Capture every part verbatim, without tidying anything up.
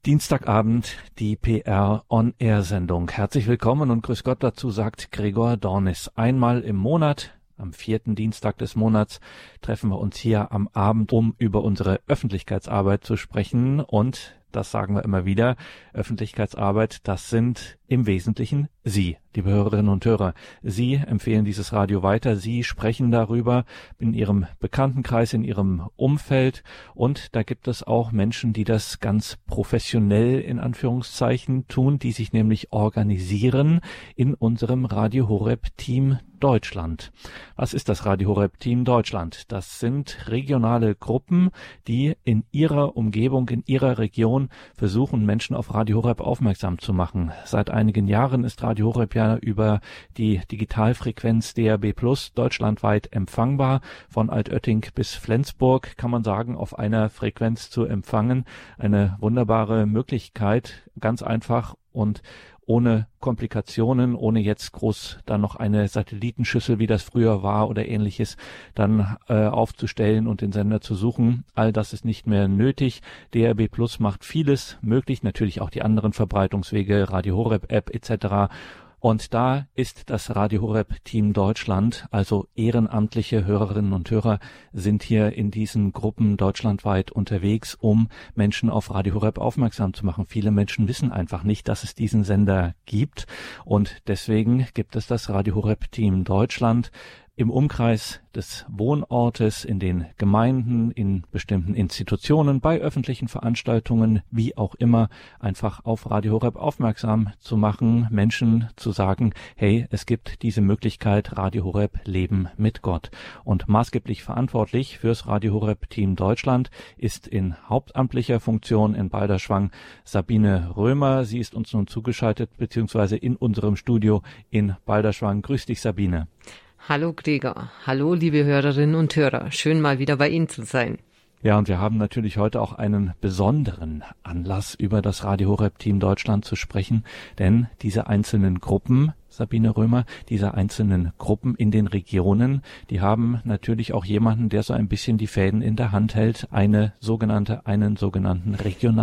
Dienstagabend, die P R-On-Air-Sendung. Herzlich willkommen und grüß Gott, dazu sagt Gregor Dornis. Einmal im Monat, am vierten Dienstag des Monats, treffen wir uns hier am Abend, um über unsere Öffentlichkeitsarbeit zu sprechen. Und das sagen wir immer wieder, Öffentlichkeitsarbeit, das sind im Wesentlichen Sie, liebe Hörerinnen und Hörer. Sie empfehlen dieses Radio weiter, Sie sprechen darüber in Ihrem Bekanntenkreis, in Ihrem Umfeld, und da gibt es auch Menschen, die das ganz professionell in Anführungszeichen tun, die sich nämlich organisieren in unserem Radio Horeb Team Deutschland. Was ist das Radio Horeb Team Deutschland? Das sind regionale Gruppen, die in ihrer Umgebung, in ihrer Region versuchen, Menschen auf Radio Horeb aufmerksam zu machen. Seit einigen Jahren ist Radio Horeb ja über die Digitalfrequenz D A B Plus deutschlandweit empfangbar. Von Altötting bis Flensburg kann man sagen, auf einer Frequenz zu empfangen. Eine wunderbare Möglichkeit, ganz einfach und ohne Komplikationen, ohne jetzt groß dann noch eine Satellitenschüssel, wie das früher war oder ähnliches, dann äh, aufzustellen und den Sender zu suchen. All das ist nicht mehr nötig. D A B Plus macht vieles möglich, natürlich auch die anderen Verbreitungswege, Radio Horeb App et cetera. Und da ist das Radio Horeb Team Deutschland, also ehrenamtliche Hörerinnen und Hörer, sind hier in diesen Gruppen deutschlandweit unterwegs, um Menschen auf Radio Horeb aufmerksam zu machen. Viele Menschen wissen einfach nicht, dass es diesen Sender gibt, und deswegen gibt es das Radio Horeb Team Deutschland im Umkreis des Wohnortes, in den Gemeinden, in bestimmten Institutionen, bei öffentlichen Veranstaltungen, wie auch immer, einfach auf Radio Horeb aufmerksam zu machen, Menschen zu sagen, hey, es gibt diese Möglichkeit, Radio Horeb Leben mit Gott. Und maßgeblich verantwortlich fürs Radio Horeb Team Deutschland ist in hauptamtlicher Funktion in Balderschwang Sabine Römer. Sie ist uns nun zugeschaltet, beziehungsweise in unserem Studio in Balderschwang. Grüß dich, Sabine. Hallo Gregor, hallo liebe Hörerinnen und Hörer, schön mal wieder bei Ihnen zu sein. Ja, und wir haben natürlich heute auch einen besonderen Anlass, über das Radio Horeb Team Deutschland zu sprechen, denn diese einzelnen Gruppen, Sabine Römer, diese einzelnen Gruppen in den Regionen, die haben natürlich auch jemanden, der so ein bisschen die Fäden in der Hand hält, eine sogenannte, einen sogenannten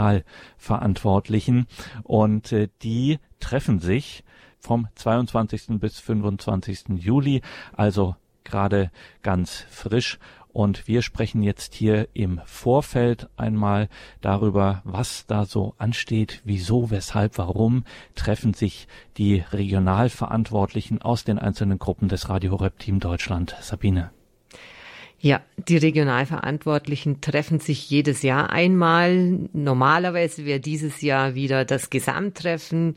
Regionalverantwortlichen, und äh, die treffen sich vom zweiundzwanzigsten bis fünfundzwanzigsten Juli, also gerade ganz frisch. Und wir sprechen jetzt hier im Vorfeld einmal darüber, was da so ansteht, wieso, weshalb, warum treffen sich die Regionalverantwortlichen aus den einzelnen Gruppen des Radio Horeb Team Deutschland. Sabine. Ja, die Regionalverantwortlichen treffen sich jedes Jahr einmal. Normalerweise wäre dieses Jahr wieder das Gesamttreffen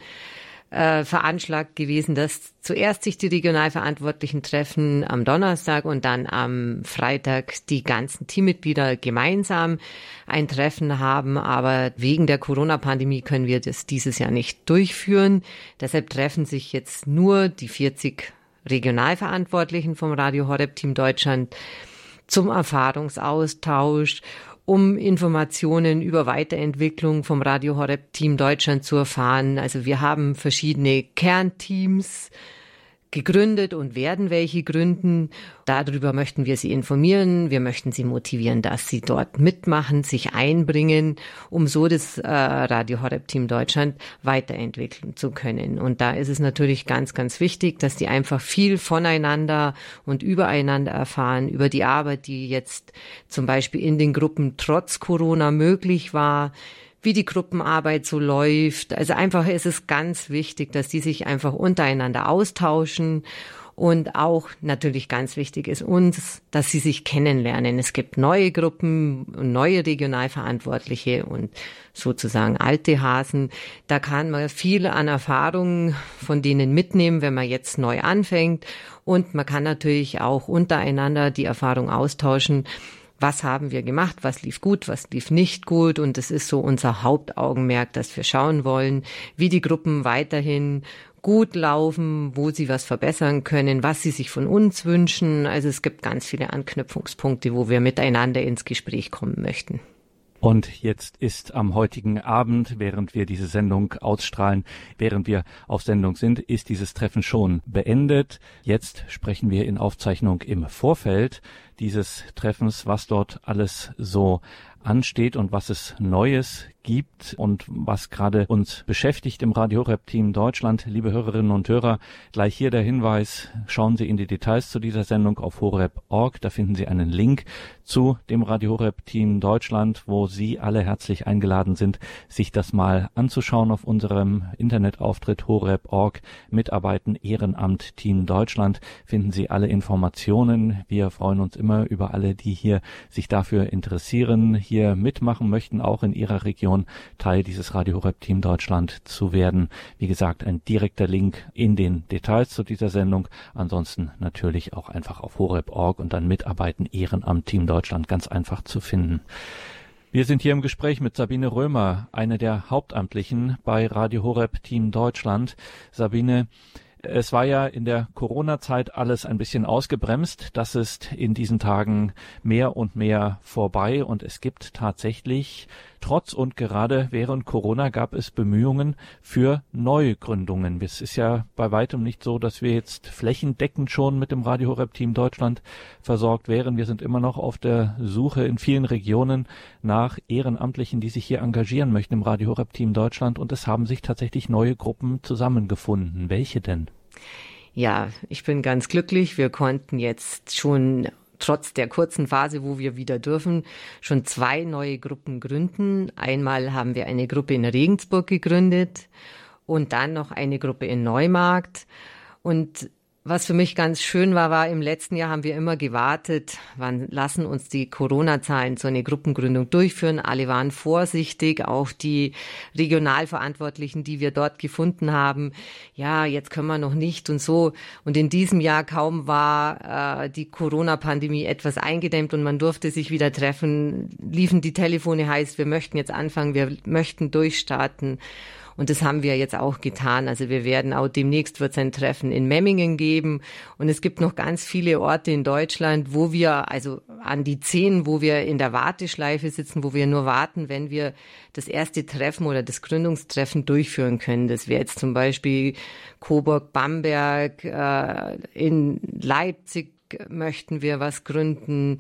Äh, veranschlagt gewesen, dass zuerst sich die Regionalverantwortlichen treffen am Donnerstag und dann am Freitag die ganzen Teammitglieder gemeinsam ein Treffen haben. Aber wegen der Corona-Pandemie können wir das dieses Jahr nicht durchführen. Deshalb treffen sich jetzt nur die vierzig Regionalverantwortlichen vom Radio Horeb Team Deutschland zum Erfahrungsaustausch, um Informationen über Weiterentwicklung vom Radio Horeb Team Deutschland zu erfahren. Also wir haben verschiedene Kernteams gegründet und werden welche gründen. Darüber möchten wir Sie informieren. Wir möchten Sie motivieren, dass Sie dort mitmachen, sich einbringen, um so das äh, Radio Horeb Team Deutschland weiterentwickeln zu können. Und da ist es natürlich ganz, ganz wichtig, dass die einfach viel voneinander und übereinander erfahren, über die Arbeit, die jetzt zum Beispiel in den Gruppen trotz Corona möglich war, wie die Gruppenarbeit so läuft. Also einfach ist es ganz wichtig, dass die sich einfach untereinander austauschen, und auch natürlich ganz wichtig ist uns, dass sie sich kennenlernen. Es gibt neue Gruppen, neue Regionalverantwortliche und sozusagen alte Hasen. Da kann man viel an Erfahrungen von denen mitnehmen, wenn man jetzt neu anfängt, und man kann natürlich auch untereinander die Erfahrung austauschen. Was haben wir gemacht? Was lief gut? Was lief nicht gut? Und das ist so unser Hauptaugenmerk, dass wir schauen wollen, wie die Gruppen weiterhin gut laufen, wo sie was verbessern können, was sie sich von uns wünschen. Also es gibt ganz viele Anknüpfungspunkte, wo wir miteinander ins Gespräch kommen möchten. Und jetzt ist am heutigen Abend, während wir diese Sendung ausstrahlen, während wir auf Sendung sind, ist dieses Treffen schon beendet. Jetzt sprechen wir in Aufzeichnung im Vorfeld dieses Treffens, was dort alles so ansteht und was es Neues gibt und was gerade uns beschäftigt im Radio Horeb Team Deutschland. Liebe Hörerinnen und Hörer, gleich hier der Hinweis, schauen Sie in die Details zu dieser Sendung auf horeb punkt org. Da finden Sie einen Link zu dem Radio Horeb Team Deutschland, wo Sie alle herzlich eingeladen sind, sich das mal anzuschauen auf unserem Internetauftritt horeb punkt org. Mitarbeiten Ehrenamt Team Deutschland, finden Sie alle Informationen. Wir freuen uns immer über alle, die hier sich dafür interessieren, hier mitmachen möchten, auch in Ihrer Region Teil dieses Radio Horeb Team Deutschland zu werden. Wie gesagt, ein direkter Link in den Details zu dieser Sendung. Ansonsten natürlich auch einfach auf horeb punkt org und dann Mitarbeiten Ehrenamt Team Deutschland ganz einfach zu finden. Wir sind hier im Gespräch mit Sabine Römer, eine der Hauptamtlichen bei Radio Horeb Team Deutschland. Sabine, es war ja in der Corona-Zeit alles ein bisschen ausgebremst. Das ist in diesen Tagen mehr und mehr vorbei und es gibt tatsächlich, trotz und gerade während Corona gab es Bemühungen für Neugründungen. Es ist ja bei weitem nicht so, dass wir jetzt flächendeckend schon mit dem Radio Horeb Team Deutschland versorgt wären. Wir sind immer noch auf der Suche in vielen Regionen nach Ehrenamtlichen, die sich hier engagieren möchten im Radio Horeb Team Deutschland und es haben sich tatsächlich neue Gruppen zusammengefunden. Welche denn? Ja, ich bin ganz glücklich. Wir konnten jetzt schon trotz der kurzen Phase, wo wir wieder dürfen, schon zwei neue Gruppen gründen. Einmal haben wir eine Gruppe in Regensburg gegründet und dann noch eine Gruppe in Neumarkt. Und was für mich ganz schön war, war, im letzten Jahr haben wir immer gewartet, wann lassen uns die Corona-Zahlen so eine Gruppengründung durchführen. Alle waren vorsichtig, auch die Regionalverantwortlichen, die wir dort gefunden haben. Ja, jetzt können wir noch nicht und so. Und in diesem Jahr kaum war äh, die Corona-Pandemie etwas eingedämmt und man durfte sich wieder treffen, liefen die Telefone heiß, wir möchten jetzt anfangen, wir möchten durchstarten. Und das haben wir jetzt auch getan. Also wir werden auch demnächst wird es ein Treffen in Memmingen geben. Und es gibt noch ganz viele Orte in Deutschland, wo wir, also an die zehn, wo wir in der Warteschleife sitzen, wo wir nur warten, wenn wir das erste Treffen oder das Gründungstreffen durchführen können. Das wäre jetzt zum Beispiel Coburg, Bamberg, äh, in Leipzig möchten wir was gründen.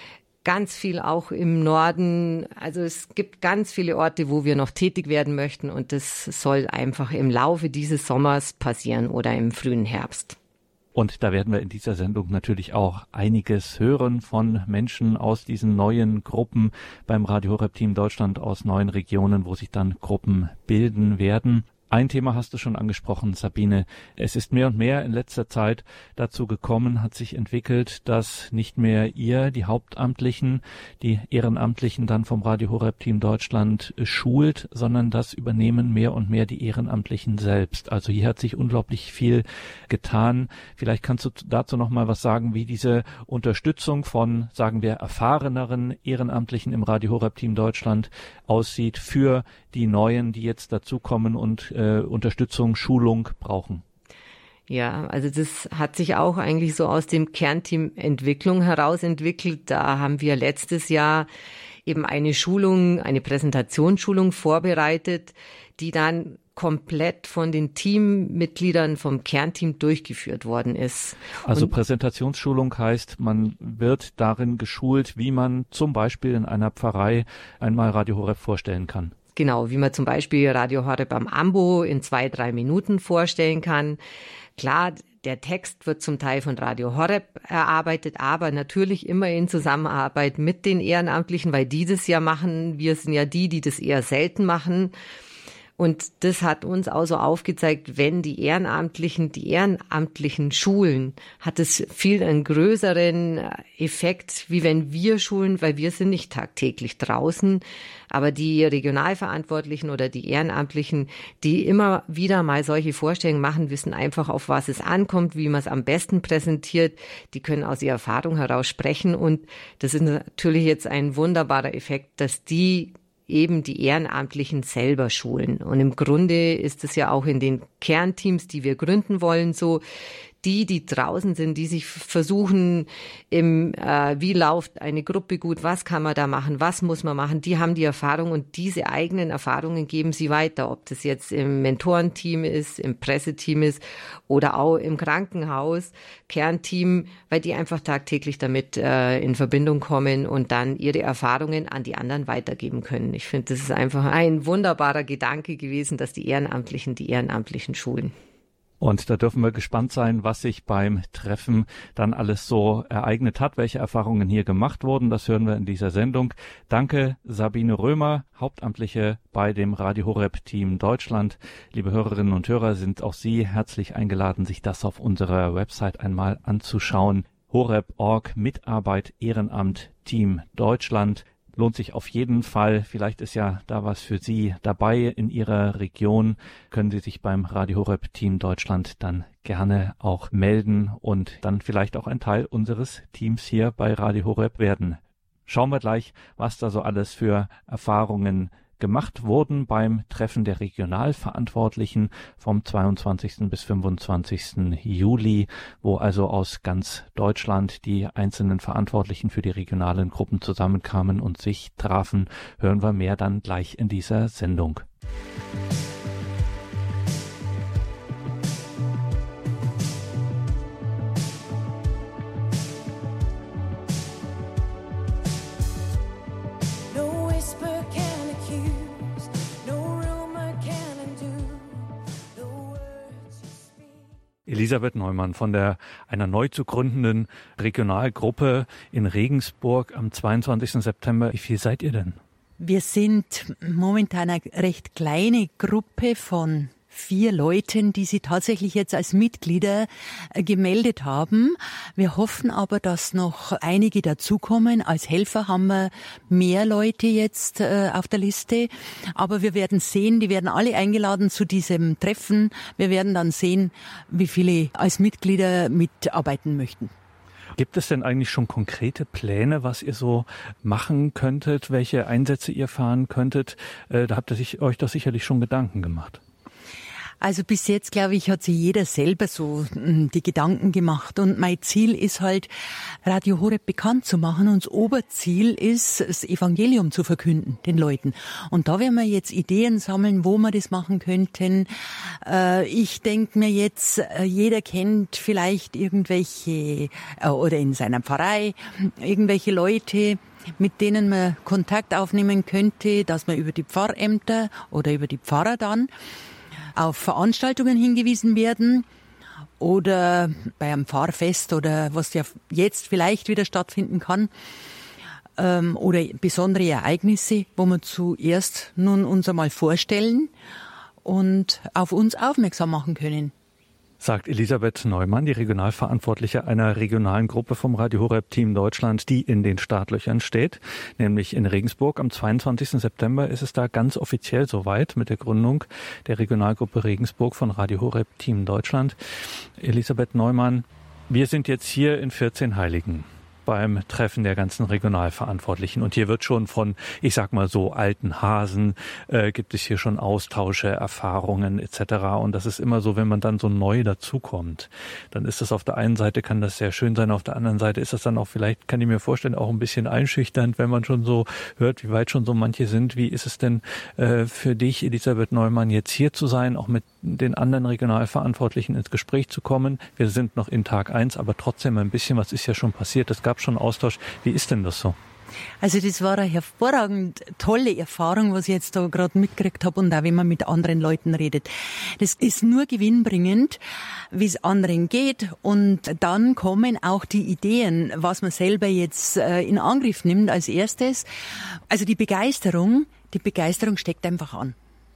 Ganz viel auch im Norden. Also es gibt ganz viele Orte, wo wir noch tätig werden möchten und das soll einfach im Laufe dieses Sommers passieren oder im frühen Herbst. Und da werden wir in dieser Sendung natürlich auch einiges hören von Menschen aus diesen neuen Gruppen beim Radio Horeb Team Deutschland aus neuen Regionen, wo sich dann Gruppen bilden werden. Ein Thema hast du schon angesprochen, Sabine. Es ist mehr und mehr in letzter Zeit dazu gekommen, hat sich entwickelt, dass nicht mehr ihr, die Hauptamtlichen, die Ehrenamtlichen dann vom Radio Horeb Team Deutschland schult, sondern das übernehmen mehr und mehr die Ehrenamtlichen selbst. Also hier hat sich unglaublich viel getan. Vielleicht kannst du dazu noch mal was sagen, wie diese Unterstützung von, sagen wir, erfahreneren Ehrenamtlichen im Radio Horeb Team Deutschland aussieht für die Neuen, die jetzt dazukommen und äh, Unterstützung, Schulung brauchen. Ja, also das hat sich auch eigentlich so aus dem Kernteam Entwicklung heraus entwickelt. Da haben wir letztes Jahr eben eine Schulung, eine Präsentationsschulung vorbereitet, die dann komplett von den Teammitgliedern vom Kernteam durchgeführt worden ist. Also Und Präsentationsschulung heißt, man wird darin geschult, wie man zum Beispiel in einer Pfarrei einmal Radio Horeb vorstellen kann. Genau, wie man zum Beispiel Radio Horeb am Ambo in zwei, drei Minuten vorstellen kann. Klar, der Text wird zum Teil von Radio Horeb erarbeitet, aber natürlich immer in Zusammenarbeit mit den Ehrenamtlichen, weil die das ja machen. Wir sind ja die, die das eher selten machen. Und das hat uns auch so aufgezeigt, wenn die Ehrenamtlichen, die ehrenamtlichen Schulen, hat es viel einen größeren Effekt, wie wenn wir schulen, weil wir sind nicht tagtäglich draußen. Aber die Regionalverantwortlichen oder die Ehrenamtlichen, die immer wieder mal solche Vorstellungen machen, wissen einfach, auf was es ankommt, wie man es am besten präsentiert. Die können aus ihrer Erfahrung heraus sprechen. Und das ist natürlich jetzt ein wunderbarer Effekt, dass die eben die Ehrenamtlichen selber schulen. Und im Grunde ist es ja auch in den Kernteams, die wir gründen wollen, so, die, die draußen sind, die sich versuchen, im äh, wie läuft eine Gruppe gut, was kann man da machen, was muss man machen, die haben die Erfahrung und diese eigenen Erfahrungen geben sie weiter, ob das jetzt im Mentorenteam ist, im Presseteam ist oder auch im Krankenhaus, Kernteam, weil die einfach tagtäglich damit äh, in Verbindung kommen und dann ihre Erfahrungen an die anderen weitergeben können. Ich finde, das ist einfach ein wunderbarer Gedanke gewesen, dass die Ehrenamtlichen die Ehrenamtlichen schulen. Und da dürfen wir gespannt sein, was sich beim Treffen dann alles so ereignet hat, welche Erfahrungen hier gemacht wurden. Das hören wir in dieser Sendung. Danke, Sabine Römer, Hauptamtliche bei dem Radio Horeb Team Deutschland. Liebe Hörerinnen und Hörer, sind auch Sie herzlich eingeladen, sich das auf unserer Website einmal anzuschauen. horeb punkt org, Mitarbeit, Ehrenamt, Team Deutschland. Lohnt sich auf jeden Fall. Vielleicht ist ja da was für Sie dabei in Ihrer Region. Können Sie sich beim Radio Horeb Team Deutschland dann gerne auch melden und dann vielleicht auch ein Teil unseres Teams hier bei Radio Horeb werden. Schauen wir gleich, was da so alles für Erfahrungen gemacht wurden beim Treffen der Regionalverantwortlichen vom zweiundzwanzigsten bis fünfundzwanzigsten Juli, wo also aus ganz Deutschland die einzelnen Verantwortlichen für die regionalen Gruppen zusammenkamen und sich trafen. Hören wir mehr dann gleich in dieser Sendung. Elisabeth Neumann von der einer neu zu gründenden Regionalgruppe in Regensburg am zweiundzwanzigsten September. Wie viel seid ihr denn? Wir sind momentan eine recht kleine Gruppe von vier Leuten, die sich tatsächlich jetzt als Mitglieder gemeldet haben. Wir hoffen aber, dass noch einige dazukommen. Als Helfer haben wir mehr Leute jetzt äh, auf der Liste. Aber wir werden sehen, die werden alle eingeladen zu diesem Treffen. Wir werden dann sehen, wie viele als Mitglieder mitarbeiten möchten. Gibt es denn eigentlich schon konkrete Pläne, was ihr so machen könntet, welche Einsätze ihr fahren könntet? Äh, da habt ihr sich, euch doch sicherlich schon Gedanken gemacht. Also bis jetzt, glaube ich, hat sich jeder selber so die Gedanken gemacht. Und mein Ziel ist halt, Radio Horeb bekannt zu machen. Und das Oberziel ist, das Evangelium zu verkünden, den Leuten. Und da werden wir jetzt Ideen sammeln, wo wir das machen könnten. Ich denke mir jetzt, jeder kennt vielleicht irgendwelche, oder in seiner Pfarrei, irgendwelche Leute, mit denen man Kontakt aufnehmen könnte, dass man über die Pfarrämter oder über die Pfarrer dann auf Veranstaltungen hingewiesen werden oder bei einem Pfarrfest oder was ja jetzt vielleicht wieder stattfinden kann ähm, oder besondere Ereignisse, wo wir zuerst nun uns einmal vorstellen und auf uns aufmerksam machen können. Sagt Elisabeth Neumann, die Regionalverantwortliche einer regionalen Gruppe vom Radio Horeb Team Deutschland, die in den Startlöchern steht, nämlich in Regensburg. Am zweiundzwanzigsten September ist es da ganz offiziell soweit mit der Gründung der Regionalgruppe Regensburg von Radio Horeb Team Deutschland. Elisabeth Neumann, wir sind jetzt hier in vierzehnheiligen beim Treffen der ganzen Regionalverantwortlichen. Und hier wird schon von, ich sag mal so, alten Hasen, äh, gibt es hier schon Austausche, Erfahrungen et cetera. Und das ist immer so, wenn man dann so neu dazukommt, dann ist das auf der einen Seite, kann das sehr schön sein, auf der anderen Seite ist das dann auch vielleicht, kann ich mir vorstellen, auch ein bisschen einschüchternd, wenn man schon so hört, wie weit schon so manche sind. Wie ist es denn äh, für dich, Elisabeth Neumann, jetzt hier zu sein, auch mit den anderen Regionalverantwortlichen ins Gespräch zu kommen? Wir sind noch in Tag eins, aber trotzdem ein bisschen, was ist ja schon passiert, es gab schon Austausch. Wie ist denn das so? Also das war eine hervorragend tolle Erfahrung, was ich jetzt da gerade mitgekriegt habe und auch wenn man mit anderen Leuten redet. Das ist nur gewinnbringend, wie es anderen geht und dann kommen auch die Ideen, was man selber jetzt in Angriff nimmt als erstes. Also die Begeisterung, die Begeisterung steckt einfach an.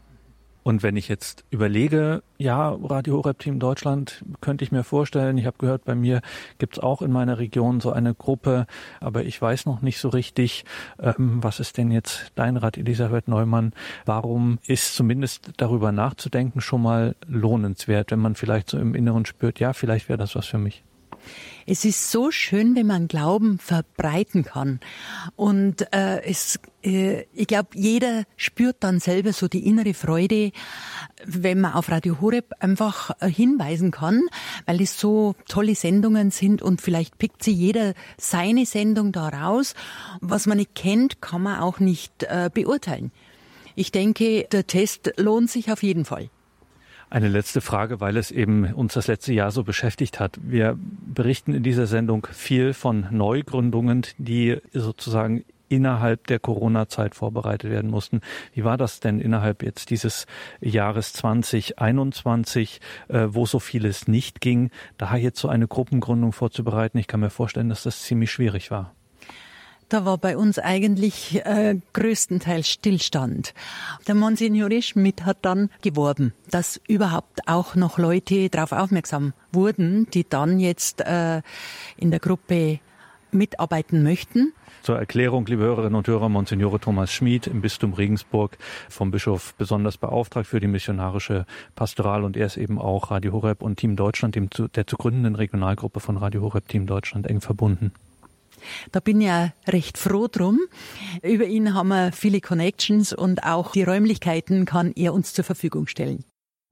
Und wenn ich jetzt überlege, ja, Radio Horeb Team Deutschland, könnte ich mir vorstellen, ich habe gehört, bei mir gibt's auch in meiner Region so eine Gruppe, aber ich weiß noch nicht so richtig, ähm, was ist denn jetzt dein Rat, Elisabeth Neumann? Warum ist zumindest darüber nachzudenken schon mal lohnenswert, wenn man vielleicht so im Inneren spürt, ja, vielleicht wäre das was für mich? Es ist so schön, wenn man Glauben verbreiten kann. Und äh, es, äh, ich glaube, jeder spürt dann selber so die innere Freude, wenn man auf Radio Horeb einfach äh, hinweisen kann, weil es so tolle Sendungen sind und vielleicht pickt sich jeder seine Sendung da raus. Was man nicht kennt, kann man auch nicht äh, beurteilen. Ich denke, der Test lohnt sich auf jeden Fall. Eine letzte Frage, weil es eben uns das letzte Jahr so beschäftigt hat. Wir berichten in dieser Sendung viel von Neugründungen, die sozusagen innerhalb der Corona-Zeit vorbereitet werden mussten. Wie war das denn innerhalb jetzt dieses Jahres zwanzig einundzwanzig, äh, wo so vieles nicht ging, da jetzt so eine Gruppengründung vorzubereiten? Ich kann mir vorstellen, dass das ziemlich schwierig war. Da war bei uns eigentlich äh, größtenteils Stillstand. Der Monsignore Schmidt hat dann geworben, dass überhaupt auch noch Leute darauf aufmerksam wurden, die dann jetzt äh, in der Gruppe mitarbeiten möchten. Zur Erklärung, liebe Hörerinnen und Hörer, Monsignore Thomas Schmid im Bistum Regensburg, vom Bischof besonders beauftragt für die missionarische Pastoral, und er ist eben auch Radio Horeb und Team Deutschland, dem zu, der zu gründenden Regionalgruppe von Radio Horeb Team Deutschland, eng verbunden. Da bin ich ja recht froh drum. Über ihn haben wir viele Connections und auch die Räumlichkeiten kann er uns zur Verfügung stellen.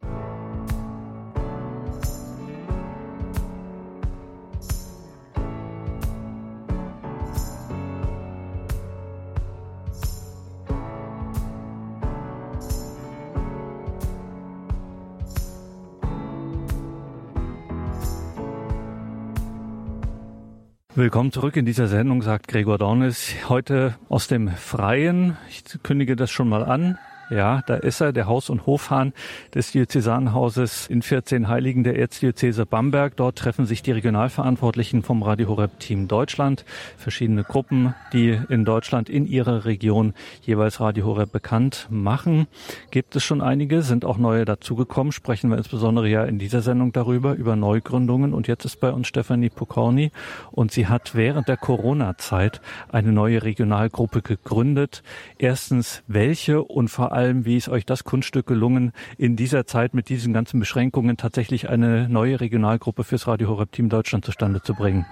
Willkommen zurück in dieser Sendung, sagt Gregor Dornis. Heute aus dem Freien. Ich kündige das schon mal an. Ja, da ist er, der Haus- und Hofhahn des Diözesanhauses in vierzehn Heiligen der Erzdiözese Bamberg. Dort treffen sich die Regionalverantwortlichen vom Radio Horeb Team Deutschland. Verschiedene Gruppen, die in Deutschland in ihrer Region jeweils Radio Horeb bekannt machen. Gibt es schon einige, sind auch neue dazugekommen. Sprechen wir insbesondere ja in dieser Sendung darüber, über Neugründungen. Und jetzt ist bei uns Stefanie Pokorny. Und sie hat während der Corona-Zeit eine neue Regionalgruppe gegründet. Erstens, welche und vor allem, wie ist euch das Kunststück gelungen, in dieser Zeit mit diesen ganzen Beschränkungen tatsächlich eine neue Regionalgruppe fürs Radio Horeb Team Deutschland zustande zu bringen?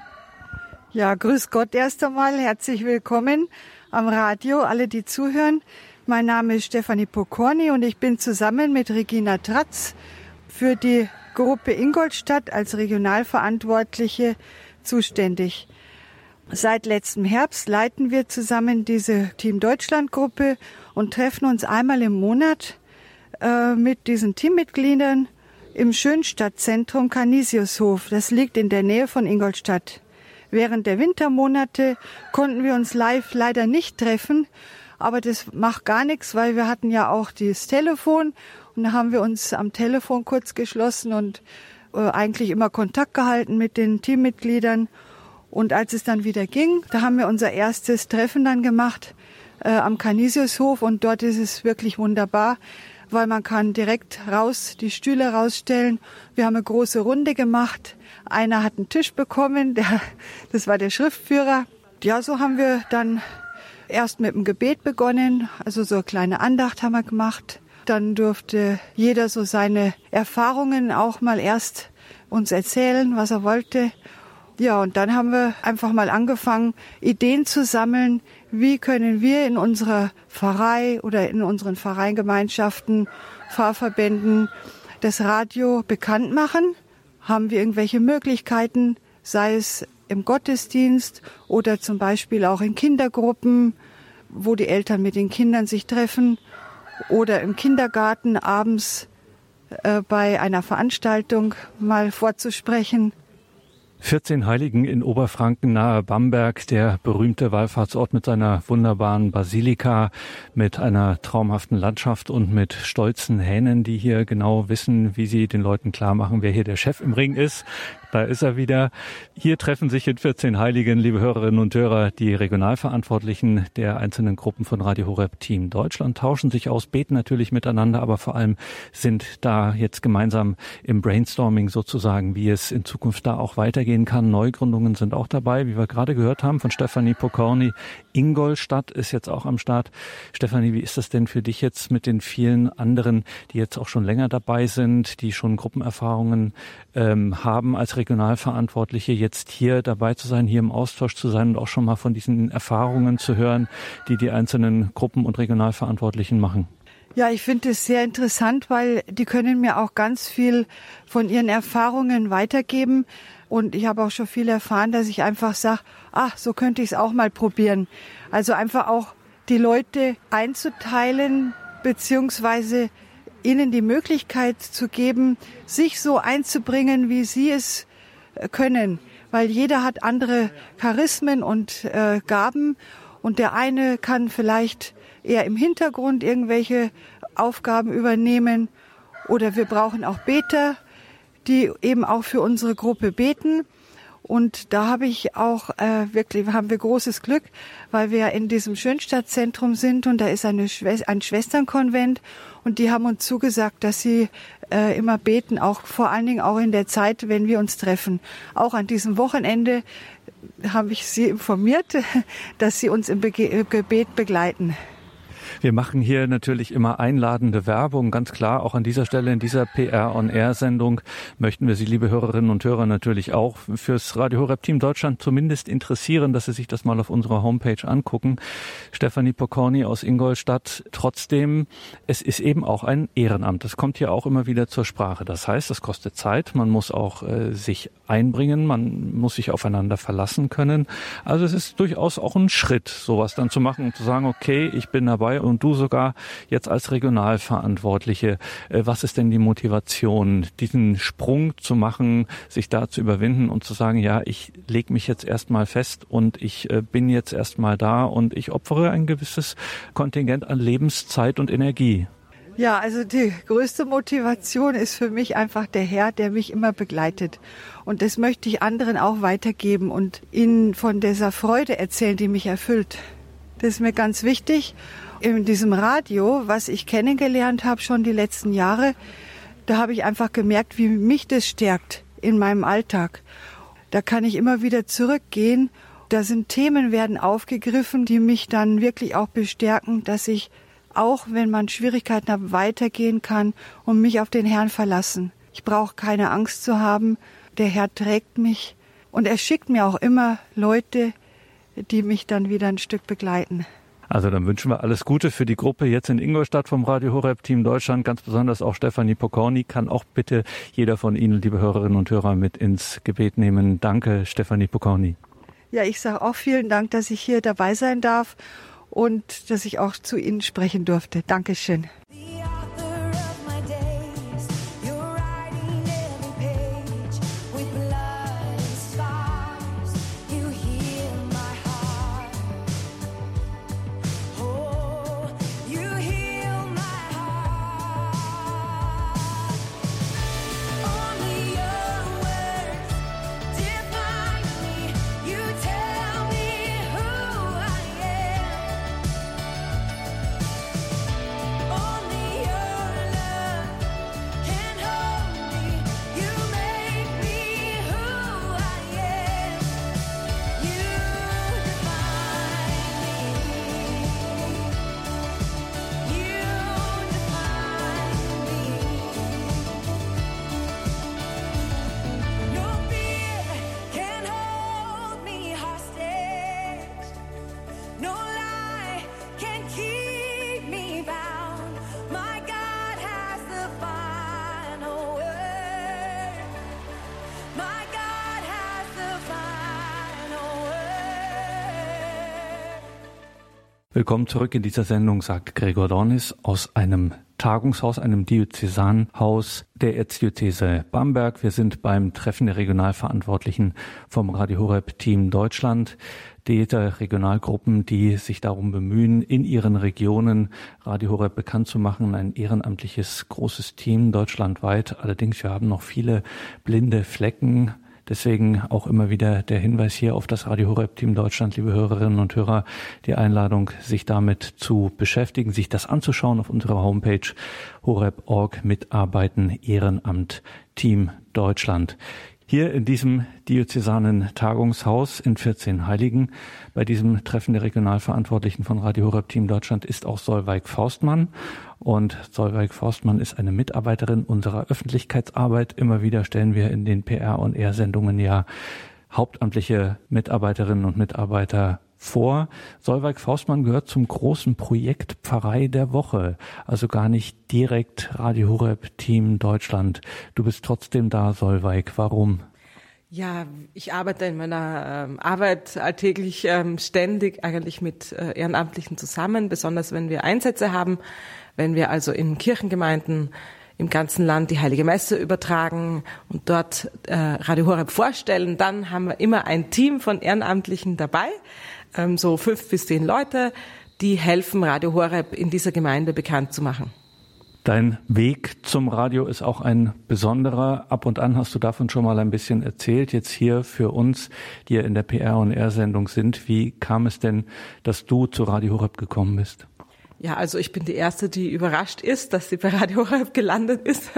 Ja, grüß Gott erst einmal. Herzlich willkommen am Radio, alle, die zuhören. Mein Name ist Stefanie Pokorny und ich bin zusammen mit Regina Tratz für die Gruppe Ingolstadt als Regionalverantwortliche zuständig. Seit letztem Herbst leiten wir zusammen diese Team Deutschland Gruppe und treffen uns einmal im Monat äh, mit diesen Teammitgliedern im Schönstadtzentrum Canisiushof. Das liegt in der Nähe von Ingolstadt. Während der Wintermonate konnten wir uns live leider nicht treffen, aber das macht gar nichts, weil wir hatten ja auch das Telefon und da haben wir uns am Telefon kurz geschlossen und äh, eigentlich immer Kontakt gehalten mit den Teammitgliedern. Und als es dann wieder ging, da haben wir unser erstes Treffen dann gemacht äh, am Canisiushof und dort ist es wirklich wunderbar, weil man kann direkt raus, die Stühle rausstellen. Wir haben eine große Runde gemacht. Einer hat einen Tisch bekommen, der, das war der Schriftführer. Ja, so haben wir dann erst mit dem Gebet begonnen, also so eine kleine Andacht haben wir gemacht. Dann durfte jeder so seine Erfahrungen auch mal erst uns erzählen, was er wollte. Ja, und dann haben wir einfach mal angefangen, Ideen zu sammeln, wie können wir in unserer Pfarrei oder in unseren Pfarreigemeinschaften, Pfarrverbänden das Radio bekannt machen? Haben wir irgendwelche Möglichkeiten, sei es im Gottesdienst oder zum Beispiel auch in Kindergruppen, wo die Eltern mit den Kindern sich treffen oder im Kindergarten abends äh, bei einer Veranstaltung mal vorzusprechen. vierzehn Heiligen in Oberfranken nahe Bamberg, der berühmte Wallfahrtsort mit seiner wunderbaren Basilika, mit einer traumhaften Landschaft und mit stolzen Hähnen, die hier genau wissen, wie sie den Leuten klar machen, wer hier der Chef im Ring ist. Da ist er wieder. Hier treffen sich in vierzehn Heiligen, liebe Hörerinnen und Hörer, die Regionalverantwortlichen der einzelnen Gruppen von Radio Horeb Team Deutschland, tauschen sich aus, beten natürlich miteinander, aber vor allem sind da jetzt gemeinsam im Brainstorming sozusagen, wie es in Zukunft da auch weitergeht. weitergehen kann. Neugründungen sind auch dabei, wie wir gerade gehört haben von Stefanie Pokorny. Ingolstadt ist jetzt auch am Start. Stefanie, wie ist das denn für dich jetzt mit den vielen anderen, die jetzt auch schon länger dabei sind, die schon Gruppenerfahrungen ähm, haben als Regionalverantwortliche, jetzt hier dabei zu sein, hier im Austausch zu sein und auch schon mal von diesen Erfahrungen zu hören, die die einzelnen Gruppen- und Regionalverantwortlichen machen? Ja, ich finde es sehr interessant, weil die können mir auch ganz viel von ihren Erfahrungen weitergeben. Und ich habe auch schon viel erfahren, dass ich einfach sage, ach, so könnte ich es auch mal probieren. Also einfach auch die Leute einzuteilen, beziehungsweise ihnen die Möglichkeit zu geben, sich so einzubringen, wie sie es können. Weil jeder hat andere Charismen und äh, Gaben. Und der eine kann vielleicht eher im Hintergrund irgendwelche Aufgaben übernehmen. Oder wir brauchen auch Beter, die eben auch für unsere Gruppe beten. Und da habe ich auch äh, wirklich, haben wir großes Glück, weil wir in diesem Schönstadtzentrum sind und da ist eine Schwest- ein Schwesternkonvent und die haben uns zugesagt, dass sie äh, immer beten, auch vor allen Dingen auch in der Zeit, wenn wir uns treffen. Auch an diesem Wochenende habe ich sie informiert, dass sie uns im Bege- Gebet begleiten. Wir machen hier natürlich immer einladende Werbung, ganz klar. Auch an dieser Stelle in dieser P R-on-Air-Sendung möchten wir Sie, liebe Hörerinnen und Hörer, natürlich auch fürs Radio Horeb Team Deutschland zumindest interessieren, dass Sie sich das mal auf unserer Homepage angucken. Stefanie Pokorny aus Ingolstadt. Trotzdem, es ist eben auch ein Ehrenamt. Das kommt hier auch immer wieder zur Sprache. Das heißt, es kostet Zeit. Man muss auch äh, sich einbringen. Man muss sich aufeinander verlassen können. Also es ist durchaus auch ein Schritt, sowas dann zu machen und zu sagen, okay, ich bin dabei und du sogar jetzt als Regionalverantwortliche. Was ist denn die Motivation, diesen Sprung zu machen, sich da zu überwinden und zu sagen, ja, ich lege mich jetzt erstmal fest und ich bin jetzt erstmal da und ich opfere ein gewisses Kontingent an Lebenszeit und Energie? Ja, also die größte Motivation ist für mich einfach der Herr, der mich immer begleitet. Und das möchte ich anderen auch weitergeben und ihnen von dieser Freude erzählen, die mich erfüllt. Das ist mir ganz wichtig. In diesem Radio, was ich kennengelernt habe schon die letzten Jahre, da habe ich einfach gemerkt, wie mich das stärkt in meinem Alltag. Da kann ich immer wieder zurückgehen. Da sind Themen werden aufgegriffen, die mich dann wirklich auch bestärken, dass ich, auch wenn man Schwierigkeiten hat, weitergehen kann und mich auf den Herrn verlassen. Ich brauche keine Angst zu haben. Der Herr trägt mich und er schickt mir auch immer Leute, die mich dann wieder ein Stück begleiten. Also dann wünschen wir alles Gute für die Gruppe jetzt in Ingolstadt vom Radio Horeb Team Deutschland, ganz besonders auch Stefanie Pokorny. Kann auch bitte jeder von Ihnen, liebe Hörerinnen und Hörer, mit ins Gebet nehmen. Danke, Stefanie Pokorny. Ja, ich sage auch vielen Dank, dass ich hier dabei sein darf und dass ich auch zu Ihnen sprechen durfte. Dankeschön. Willkommen zurück in dieser Sendung, sagt Gregor Dornis aus einem Tagungshaus, einem Diözesanhaus der Erzdiözese Bamberg. Wir sind beim Treffen der Regionalverantwortlichen vom Radio Horeb Team Deutschland, der Regionalgruppen, die sich darum bemühen, in ihren Regionen Radio Horeb bekannt zu machen. Ein ehrenamtliches, großes Team deutschlandweit. Allerdings, wir haben noch viele blinde Flecken. Deswegen auch immer wieder der Hinweis hier auf das Radio Horeb Team Deutschland, liebe Hörerinnen und Hörer, die Einladung, sich damit zu beschäftigen, sich das anzuschauen auf unserer Homepage horeb punkt org, Mitarbeiten, Ehrenamt, Team Deutschland. Hier in diesem diözesanen Tagungshaus in Vierzehnheiligen, bei diesem Treffen der Regionalverantwortlichen von Radio Horeb Team Deutschland, ist auch Solveig Forstmann. Und Solveig Forstmann ist eine Mitarbeiterin unserer Öffentlichkeitsarbeit. Immer wieder stellen wir in den P R-on-Air-Sendungen ja hauptamtliche Mitarbeiterinnen und Mitarbeiter vor. Solveig Forstmann gehört zum großen Projekt Pfarrei der Woche, also gar nicht direkt Radio Horeb Team Deutschland. Du bist trotzdem da, Solveig. Warum? Ja, ich arbeite in meiner ähm, Arbeit alltäglich ähm, ständig eigentlich mit äh, Ehrenamtlichen zusammen, besonders wenn wir Einsätze haben, wenn wir also in Kirchengemeinden im ganzen Land die Heilige Messe übertragen und dort äh, Radio Horeb vorstellen, dann haben wir immer ein Team von Ehrenamtlichen dabei, ähm, so fünf bis zehn Leute, die helfen, Radio Horeb in dieser Gemeinde bekannt zu machen. Dein Weg zum Radio ist auch ein besonderer. Ab und an hast du davon schon mal ein bisschen erzählt. Jetzt hier für uns, die ja in der P R-on-Air-Sendung sind. Wie kam es denn, dass du zu Radio Horeb gekommen bist? Ja, also ich bin die Erste, die überrascht ist, dass sie bei Radio Horeb gelandet ist.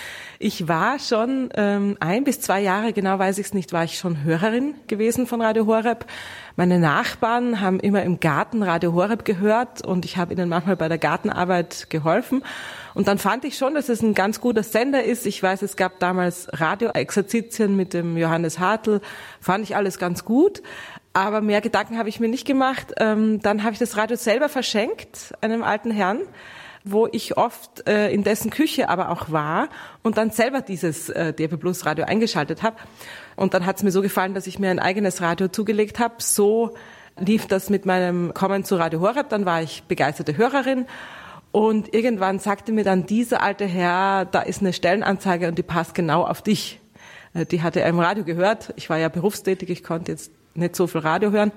Ich war schon ähm, ein bis zwei Jahre, genau weiß ich es nicht, war ich schon Hörerin gewesen von Radio Horeb. Meine Nachbarn haben immer im Garten Radio Horeb gehört und ich habe ihnen manchmal bei der Gartenarbeit geholfen. Und dann fand ich schon, dass es ein ganz guter Sender ist. Ich weiß, es gab damals Radio-Exerzitien mit dem Johannes Hartl, fand ich alles ganz gut. Aber mehr Gedanken habe ich mir nicht gemacht. Ähm, dann habe ich das Radio selber verschenkt, einem alten Herrn, wo ich oft äh, in dessen Küche aber auch war und dann selber dieses äh, D R B Plus Radio eingeschaltet habe. Und dann hat es mir so gefallen, dass ich mir ein eigenes Radio zugelegt habe. So lief das mit meinem Kommen zu Radio Horeb. Dann war ich begeisterte Hörerin. Und irgendwann sagte mir dann dieser alte Herr, da ist eine Stellenanzeige und die passt genau auf dich. Äh, die hatte er im Radio gehört. Ich war ja berufstätig, ich konnte jetzt nicht so viel Radio hören.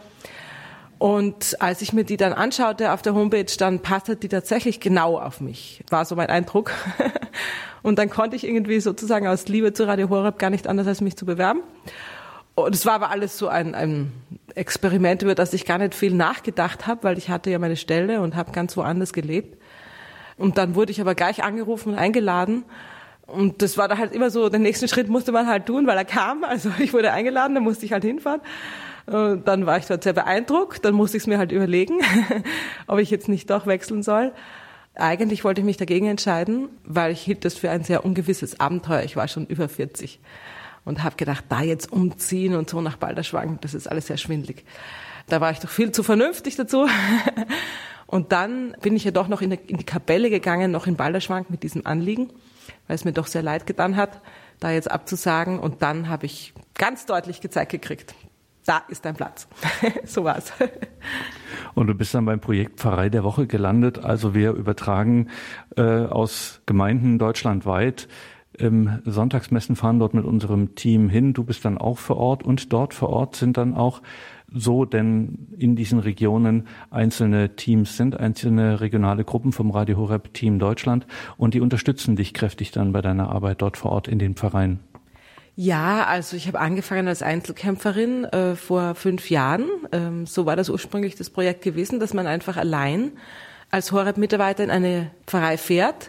Und als ich mir die dann anschaute auf der Homepage, dann passte die tatsächlich genau auf mich. War so mein Eindruck. Und dann konnte ich irgendwie sozusagen aus Liebe zu Radio Horeb gar nicht anders, als mich zu bewerben. Und es war aber alles so ein, ein Experiment, über das ich gar nicht viel nachgedacht habe, weil ich hatte ja meine Stelle und habe ganz woanders gelebt. Und dann wurde ich aber gleich angerufen und eingeladen. Und das war da halt immer so, den nächsten Schritt musste man halt tun, weil er kam. Also ich wurde eingeladen, dann musste ich halt hinfahren. Und dann war ich dort sehr beeindruckt, dann musste ich es mir halt überlegen, ob ich jetzt nicht doch wechseln soll. Eigentlich wollte ich mich dagegen entscheiden, weil ich hielt das für ein sehr ungewisses Abenteuer. Ich war schon über vierzig und habe gedacht, da jetzt umziehen und so nach Balderschwang, das ist alles sehr schwindelig. Da war ich doch viel zu vernünftig dazu. Und dann bin ich ja doch noch in die Kapelle gegangen, noch in Balderschwang mit diesem Anliegen, weil es mir doch sehr leid getan hat, da jetzt abzusagen. Und dann habe ich ganz deutlich gezeigt gekriegt, da ist dein Platz. So war's. Und du bist dann beim Projekt Pfarrei der Woche gelandet. Also wir übertragen äh, aus Gemeinden deutschlandweit ähm, Sonntagsmessen, fahren dort mit unserem Team hin. Du bist dann auch vor Ort und dort vor Ort sind dann auch so, denn in diesen Regionen einzelne Teams sind, einzelne regionale Gruppen vom Radio Horeb Team Deutschland und die unterstützen dich kräftig dann bei deiner Arbeit dort vor Ort in den Pfarreien. Ja, also ich habe angefangen als Einzelkämpferin äh, vor fünf Jahren. Ähm, so war das ursprünglich das Projekt gewesen, dass man einfach allein als Horeb-Mitarbeiter in eine Pfarrei fährt.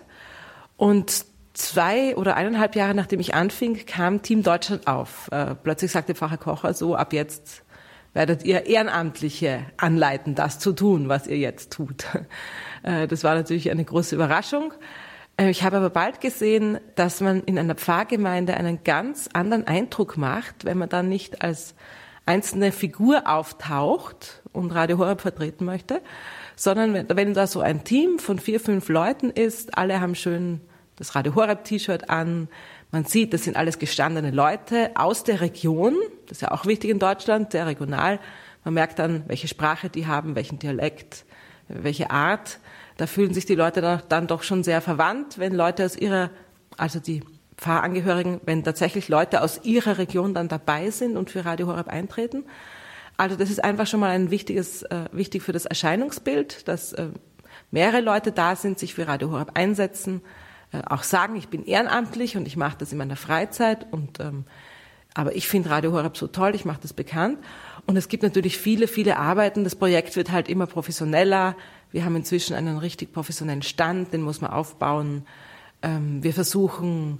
Und zwei oder eineinhalb Jahre nachdem ich anfing, kam Team Deutschland auf. Äh, plötzlich sagte Pfarrer Kocher so, ab jetzt werdet ihr Ehrenamtliche anleiten, das zu tun, was ihr jetzt tut. Äh, das war natürlich eine große Überraschung. Ich habe aber bald gesehen, dass man in einer Pfarrgemeinde einen ganz anderen Eindruck macht, wenn man dann nicht als einzelne Figur auftaucht und Radio Horeb vertreten möchte, sondern wenn, wenn da so ein Team von vier, fünf Leuten ist, alle haben schön das Radio Horeb T-Shirt an, man sieht, das sind alles gestandene Leute aus der Region, das ist ja auch wichtig in Deutschland, sehr regional. Man merkt dann, welche Sprache die haben, welchen Dialekt, welche Art. Da fühlen sich die Leute dann, dann doch schon sehr verwandt, wenn Leute aus ihrer, also die Pfarrangehörigen, wenn tatsächlich Leute aus ihrer Region dann dabei sind und für Radio Horeb eintreten. Also das ist einfach schon mal ein wichtiges, äh, wichtig für das Erscheinungsbild, dass äh, mehrere Leute da sind, sich für Radio Horeb einsetzen, äh, auch sagen, ich bin ehrenamtlich und ich mache das in meiner Freizeit und ähm, aber ich finde Radio Horeb so toll, ich mache das bekannt. Und es gibt natürlich viele, viele Arbeiten. Das Projekt wird halt immer professioneller. Wir haben inzwischen einen richtig professionellen Stand, den muss man aufbauen. Wir versuchen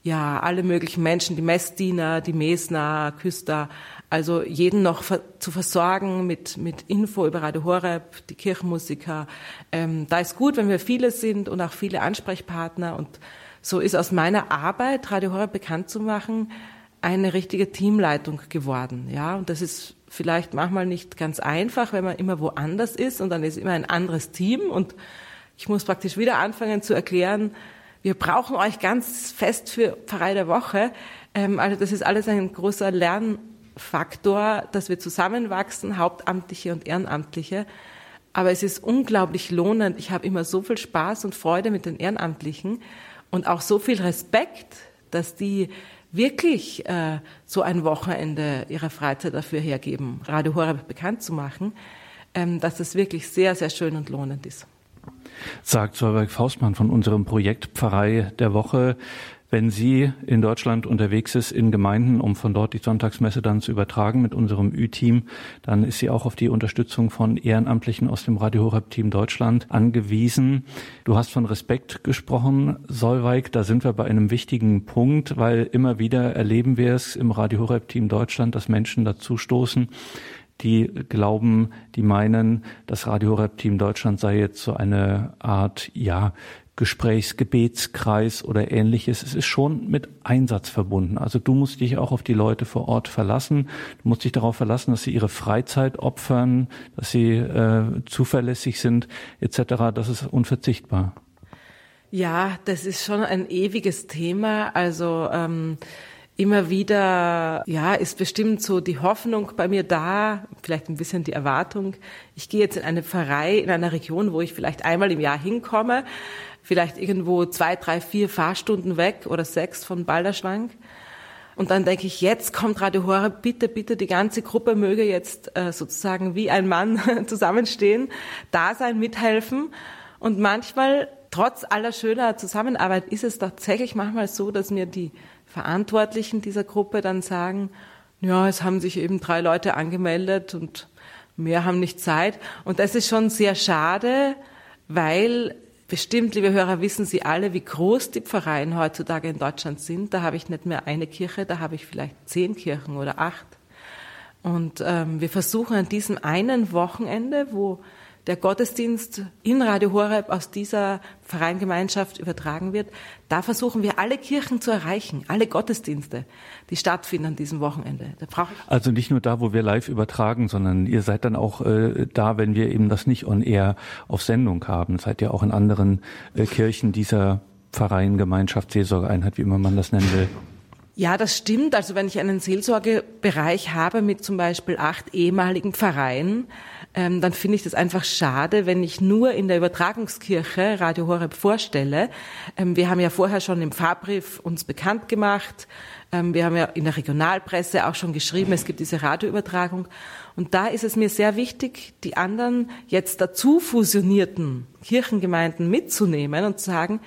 ja, alle möglichen Menschen, die Messdiener, die Mesner, Küster, also jeden noch ver- zu versorgen mit, mit Info über Radio Horeb, die Kirchenmusiker. Ähm, da ist gut, wenn wir viele sind und auch viele Ansprechpartner. Und so ist aus meiner Arbeit, Radio Horeb bekannt zu machen, eine richtige Teamleitung geworden. Ja, und das ist vielleicht manchmal nicht ganz einfach, wenn man immer woanders ist und dann ist immer ein anderes Team und ich muss praktisch wieder anfangen zu erklären, wir brauchen euch ganz fest für Pfarrei der Woche. Ähm, also das ist alles ein großer Lernfaktor, dass wir zusammenwachsen, Hauptamtliche und Ehrenamtliche. Aber es ist unglaublich lohnend. Ich habe immer so viel Spaß und Freude mit den Ehrenamtlichen und auch so viel Respekt, dass die wirklich äh, so ein Wochenende ihrer Freizeit dafür hergeben, Radio Horeb bekannt zu machen, ähm, dass es wirklich sehr, sehr schön und lohnend ist. Sagt Solveig Faustmann von unserem Projekt Pfarrei der Woche. Wenn sie in Deutschland unterwegs ist, in Gemeinden, um von dort die Sonntagsmesse dann zu übertragen mit unserem Ü-Team, dann ist sie auch auf die Unterstützung von Ehrenamtlichen aus dem Radio Horeb-Team Deutschland angewiesen. Du hast von Respekt gesprochen, Solveig. Da sind wir bei einem wichtigen Punkt, weil immer wieder erleben wir es im Radio Horeb-Team Deutschland, dass Menschen dazu stoßen, die glauben, die meinen, das Radio Horeb-Team Deutschland sei jetzt so eine Art, ja, Gesprächsgebetskreis oder Ähnliches. Es ist schon mit Einsatz verbunden. Also du musst dich auch auf die Leute vor Ort verlassen. Du musst dich darauf verlassen, dass sie ihre Freizeit opfern, dass sie äh, zuverlässig sind, et cetera. Das ist unverzichtbar. Ja, das ist schon ein ewiges Thema. Also ähm, immer wieder, ja, ist bestimmt so die Hoffnung bei mir da, vielleicht ein bisschen die Erwartung. Ich gehe jetzt in eine Pfarrei in einer Region, wo ich vielleicht einmal im Jahr hinkomme, vielleicht irgendwo zwei, drei, vier Fahrstunden weg oder sechs von Balderschwang. Und dann denke ich, jetzt kommt Radio Horeb, bitte, bitte, die ganze Gruppe möge jetzt äh, sozusagen wie ein Mann zusammenstehen, da sein, mithelfen. Und manchmal, trotz aller schöner Zusammenarbeit, ist es tatsächlich manchmal so, dass mir die Verantwortlichen dieser Gruppe dann sagen, ja, es haben sich eben drei Leute angemeldet und mehr haben nicht Zeit. Und das ist schon sehr schade, weil bestimmt, liebe Hörer, wissen Sie alle, wie groß die Pfarreien heutzutage in Deutschland sind. Da habe ich nicht mehr eine Kirche, da habe ich vielleicht zehn Kirchen oder acht. Und ähm, wir versuchen an diesem einen Wochenende, wo der Gottesdienst in Radio Horeb aus dieser Pfarreiengemeinschaft übertragen wird, da versuchen wir alle Kirchen zu erreichen, alle Gottesdienste, die stattfinden an diesem Wochenende. Da brauche ich also nicht nur da, wo wir live übertragen, sondern ihr seid dann auch äh, da, wenn wir eben das nicht on air auf Sendung haben. Seid ihr auch in anderen äh, Kirchen dieser Pfarreiengemeinschaft, Seelsorgeeinheit, wie immer man das nennen will. Ja, das stimmt. Also wenn ich einen Seelsorgebereich habe mit zum Beispiel acht ehemaligen Pfarreien, ähm, dann finde ich das einfach schade, wenn ich nur in der Übertragungskirche Radio Horeb vorstelle. Ähm, wir haben ja vorher schon im Pfarrbrief uns bekannt gemacht. Ähm, wir haben ja in der Regionalpresse auch schon geschrieben, es gibt diese Radioübertragung. Und da ist es mir sehr wichtig, die anderen jetzt dazu fusionierten Kirchengemeinden mitzunehmen und zu sagen,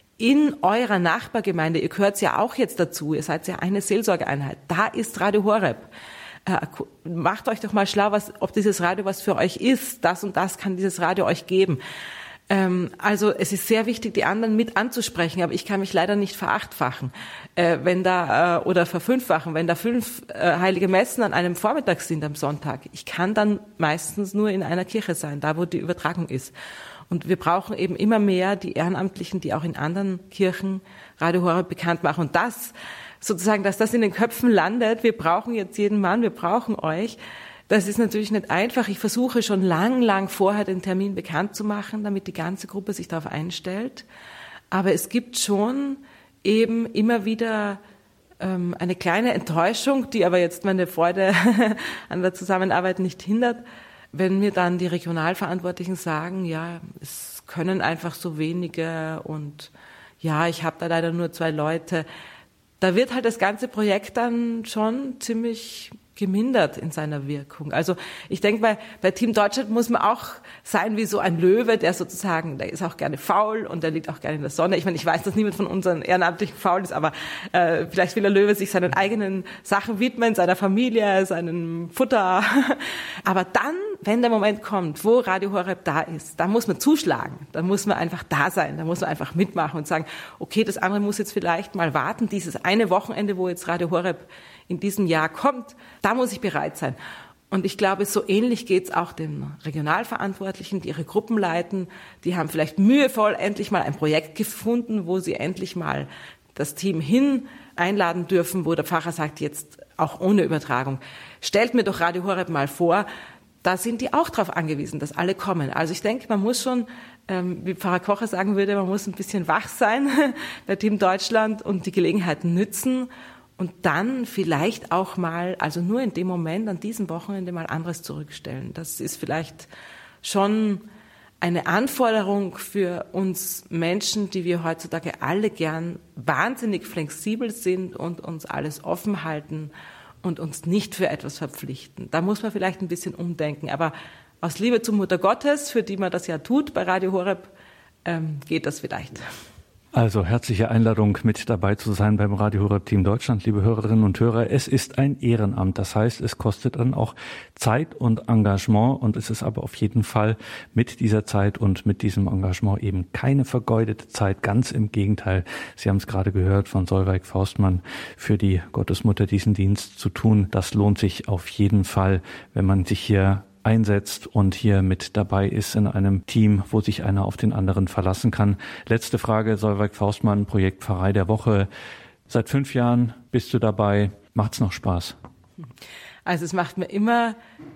in eurer Nachbargemeinde, ihr gehört ja auch jetzt dazu, ihr seid ja eine Seelsorgeeinheit, da ist Radio Horeb. Äh, macht euch doch mal schlau, was, ob dieses Radio was für euch ist. Das und das kann dieses Radio euch geben. Ähm, also es ist sehr wichtig, die anderen mit anzusprechen, aber ich kann mich leider nicht verachtfachen, äh, wenn da äh, oder verfünffachen, wenn da fünf äh, heilige Messen an einem Vormittag sind am Sonntag. Ich kann dann meistens nur in einer Kirche sein, da wo die Übertragung ist. Und wir brauchen eben immer mehr die Ehrenamtlichen, die auch in anderen Kirchen Radio Horeb bekannt machen. Und das, sozusagen, dass das in den Köpfen landet, wir brauchen jetzt jeden Mann, wir brauchen euch, das ist natürlich nicht einfach. Ich versuche schon lang, lang vorher den Termin bekannt zu machen, damit die ganze Gruppe sich darauf einstellt. Aber es gibt schon eben immer wieder ähm, eine kleine Enttäuschung, die aber jetzt meine Freude an der Zusammenarbeit nicht hindert. Wenn mir dann die Regionalverantwortlichen sagen, ja, es können einfach so wenige und ja, ich habe da leider nur zwei Leute, da wird halt das ganze Projekt dann schon ziemlich gemindert in seiner Wirkung. Also ich denke, bei, bei Team Deutschland muss man auch sein wie so ein Löwe, der sozusagen, der ist auch gerne faul und der liegt auch gerne in der Sonne. Ich meine, ich weiß, dass niemand von unseren Ehrenamtlichen faul ist, aber äh, vielleicht will der Löwe sich seinen eigenen Sachen widmen, seiner Familie, seinem Futter. Aber dann wenn der Moment kommt, wo Radio Horeb da ist, da muss man zuschlagen, da muss man einfach da sein, da muss man einfach mitmachen und sagen, okay, das andere muss jetzt vielleicht mal warten, dieses eine Wochenende, wo jetzt Radio Horeb in diesem Jahr kommt, da muss ich bereit sein. Und ich glaube, so ähnlich geht's auch den Regionalverantwortlichen, die ihre Gruppen leiten. Die haben vielleicht mühevoll endlich mal ein Projekt gefunden, wo sie endlich mal das Team hin einladen dürfen, wo der Pfarrer sagt, jetzt auch ohne Übertragung, stellt mir doch Radio Horeb mal vor. Da sind die auch darauf angewiesen, dass alle kommen. Also ich denke, man muss schon, ähm, wie Pfarrer Kocher sagen würde, man muss ein bisschen wach sein bei Team Deutschland und die Gelegenheiten nützen. Und dann vielleicht auch mal, also nur in dem Moment, an diesem Wochenende mal anderes zurückstellen. Das ist vielleicht schon eine Anforderung für uns Menschen, die wir heutzutage alle gern wahnsinnig flexibel sind und uns alles offen halten und uns nicht für etwas verpflichten. Da muss man vielleicht ein bisschen umdenken. Aber aus Liebe zur Mutter Gottes, für die man das ja tut bei Radio Horeb, ähm, geht das vielleicht. Also herzliche Einladung, mit dabei zu sein beim Radio Horeb Team Deutschland, liebe Hörerinnen und Hörer. Es ist ein Ehrenamt, das heißt, es kostet dann auch Zeit und Engagement und es ist aber auf jeden Fall mit dieser Zeit und mit diesem Engagement eben keine vergeudete Zeit, ganz im Gegenteil. Sie haben es gerade gehört von Solveig Faustmann, für die Gottesmutter diesen Dienst zu tun. Das lohnt sich auf jeden Fall, wenn man sich hier einsetzt und hier mit dabei ist in einem Team, wo sich einer auf den anderen verlassen kann. Letzte Frage, Solveig Faustmann, Projekt Pfarrei der Woche. Seit fünf Jahren bist du dabei. Macht's noch Spaß? Also es macht mir immer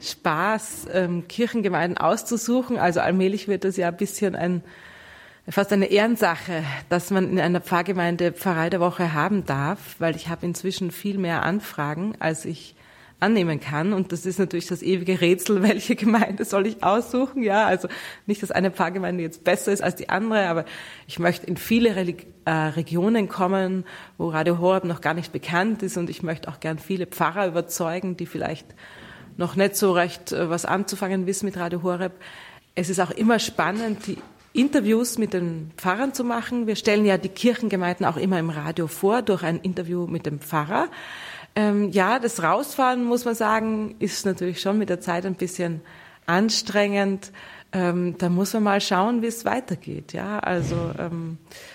Spaß, ähm, Kirchengemeinden auszusuchen. Also allmählich wird das ja ein bisschen ein, fast eine Ehrensache, dass man in einer Pfarrgemeinde Pfarrei der Woche haben darf, weil ich habe inzwischen viel mehr Anfragen, als ich annehmen kann. Und das ist natürlich das ewige Rätsel, welche Gemeinde soll ich aussuchen? Ja, also nicht, dass eine Pfarrgemeinde jetzt besser ist als die andere, aber ich möchte in viele Relig- äh, Regionen kommen, wo Radio Horeb noch gar nicht bekannt ist und ich möchte auch gern viele Pfarrer überzeugen, die vielleicht noch nicht so recht äh, was anzufangen wissen mit Radio Horeb. Es ist auch immer spannend, die Interviews mit den Pfarrern zu machen. Wir stellen ja die Kirchengemeinden auch immer im Radio vor durch ein Interview mit dem Pfarrer. Ähm, ja, das Rausfahren, muss man sagen, ist natürlich schon mit der Zeit ein bisschen anstrengend. Ähm, da muss man mal schauen, wie es weitergeht. Ja, also ähm,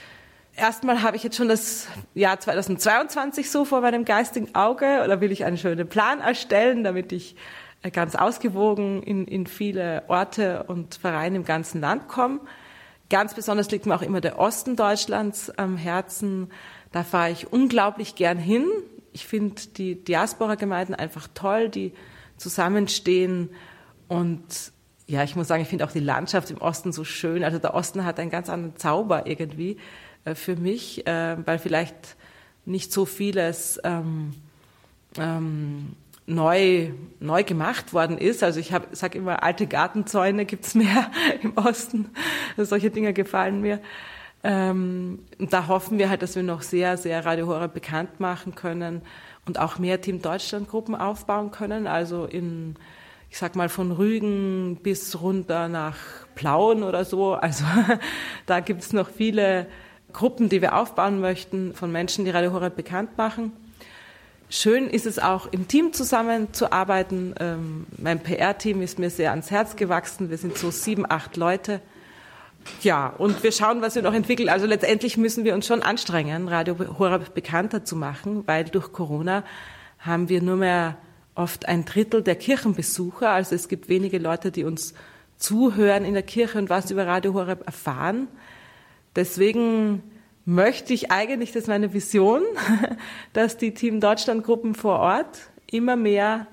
erstmal habe ich jetzt schon das Jahr zweitausendzweiundzwanzig so vor meinem geistigen Auge, oder will ich einen schönen Plan erstellen, damit ich äh, ganz ausgewogen in, in viele Orte und Vereine im ganzen Land komme. Ganz besonders liegt mir auch immer der Osten Deutschlands am Herzen. Da fahre ich unglaublich gern hin. Ich finde die Diaspora-Gemeinden einfach toll, die zusammenstehen. Und ja, ich muss sagen, ich finde auch die Landschaft im Osten so schön. Also der Osten hat einen ganz anderen Zauber irgendwie äh, für mich, äh, weil vielleicht nicht so vieles ähm, ähm, neu neu gemacht worden ist. Also ich sage immer, alte Gartenzäune gibt's mehr im Osten. Solche Dinge gefallen mir. Ähm, und da hoffen wir halt, dass wir noch sehr, sehr Radio Horeb bekannt machen können und auch mehr Team Deutschland Gruppen aufbauen können. Also in, ich sag mal, von Rügen bis runter nach Plauen oder so. Also da gibt's noch viele Gruppen, die wir aufbauen möchten, von Menschen, die Radio Horeb bekannt machen. Schön ist es auch, im Team zusammenzuarbeiten. Ähm, mein P R-Team ist mir sehr ans Herz gewachsen. Wir sind so sieben, acht Leute. Ja, und wir schauen, was wir noch entwickeln. Also letztendlich müssen wir uns schon anstrengen, Radio Horeb bekannter zu machen, weil durch Corona haben wir nur mehr oft ein Drittel der Kirchenbesucher. Also es gibt wenige Leute, die uns zuhören in der Kirche und was über Radio Horeb erfahren. Deswegen möchte ich eigentlich, das ist meine Vision, dass die Team Deutschland Gruppen vor Ort immer mehr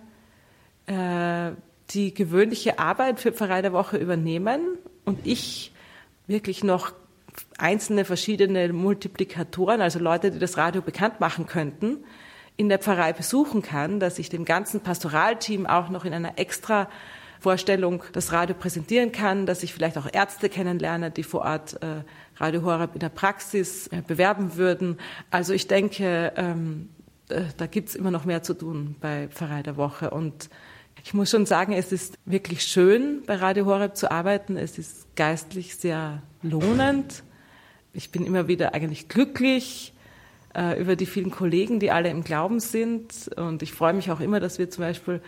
äh, die gewöhnliche Arbeit für Pfarrei der Woche übernehmen und ich wirklich noch einzelne verschiedene Multiplikatoren, also Leute, die das Radio bekannt machen könnten, in der Pfarrei besuchen kann, dass ich dem ganzen Pastoralteam auch noch in einer extra Vorstellung das Radio präsentieren kann, dass ich vielleicht auch Ärzte kennenlerne, die vor Ort äh, Radio Horeb in der Praxis äh, bewerben würden. Also ich denke, ähm, äh, da gibt's immer noch mehr zu tun bei Pfarrei der Woche. Und ich muss schon sagen, es ist wirklich schön, bei Radio Horeb zu arbeiten. Es ist geistlich sehr lohnend. Ich bin immer wieder eigentlich glücklich äh, über die vielen Kollegen, die alle im Glauben sind. Und ich freue mich auch immer, dass wir zum Beispiel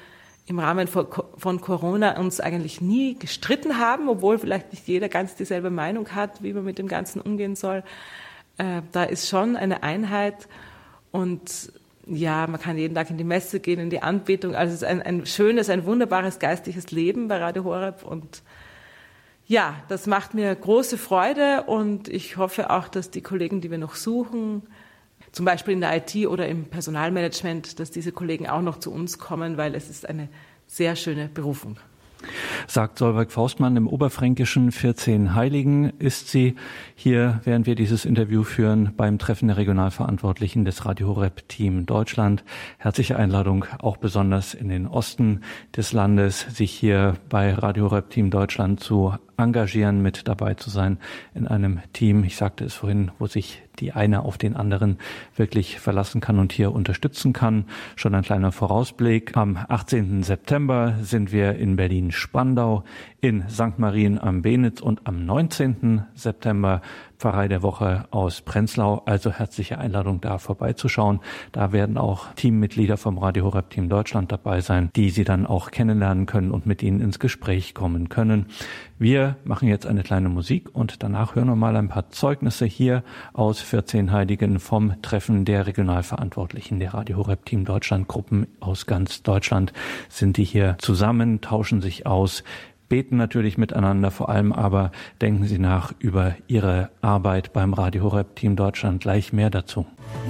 im Rahmen von Corona uns eigentlich nie gestritten haben, obwohl vielleicht nicht jeder ganz dieselbe Meinung hat, wie man mit dem Ganzen umgehen soll. Äh, da ist schon eine Einheit und ja, man kann jeden Tag in die Messe gehen, in die Anbetung. Also es ist ein, ein schönes, ein wunderbares geistliches Leben bei Radio Horeb und ja, das macht mir große Freude und ich hoffe auch, dass die Kollegen, die wir noch suchen, zum Beispiel in der I T oder im Personalmanagement, dass diese Kollegen auch noch zu uns kommen, weil es ist eine sehr schöne Berufung. Sagt Solveig Faustmann. Im Oberfränkischen vierzehn Heiligen ist sie hier, während wir dieses Interview führen, beim Treffen der Regionalverantwortlichen des Radio Horeb Team Deutschland. Herzliche Einladung, auch besonders in den Osten des Landes, sich hier bei Radio Horeb Team Deutschland zu engagieren, mit dabei zu sein in einem Team, ich sagte es vorhin, wo sich die eine auf den anderen wirklich verlassen kann und hier unterstützen kann. Schon ein kleiner Vorausblick. Am achtzehnten September sind wir in Berlin-Spandau, in Sankt Marien am Benitz und am neunzehnten September Pfarrei der Woche aus Prenzlau. Also herzliche Einladung, da vorbeizuschauen. Da werden auch Teammitglieder vom Radio Horeb Team Deutschland dabei sein, die Sie dann auch kennenlernen können und mit ihnen ins Gespräch kommen können. Wir machen jetzt eine kleine Musik und danach hören wir mal ein paar Zeugnisse hier aus vierzehn Heiligen vom Treffen der Regionalverantwortlichen der Radio Horeb Team Deutschland Gruppen aus ganz Deutschland. Sind die hier zusammen, tauschen sich aus, beten natürlich miteinander, vor allem aber denken Sie nach über Ihre Arbeit beim Radio Horeb Team Deutschland. Gleich mehr dazu.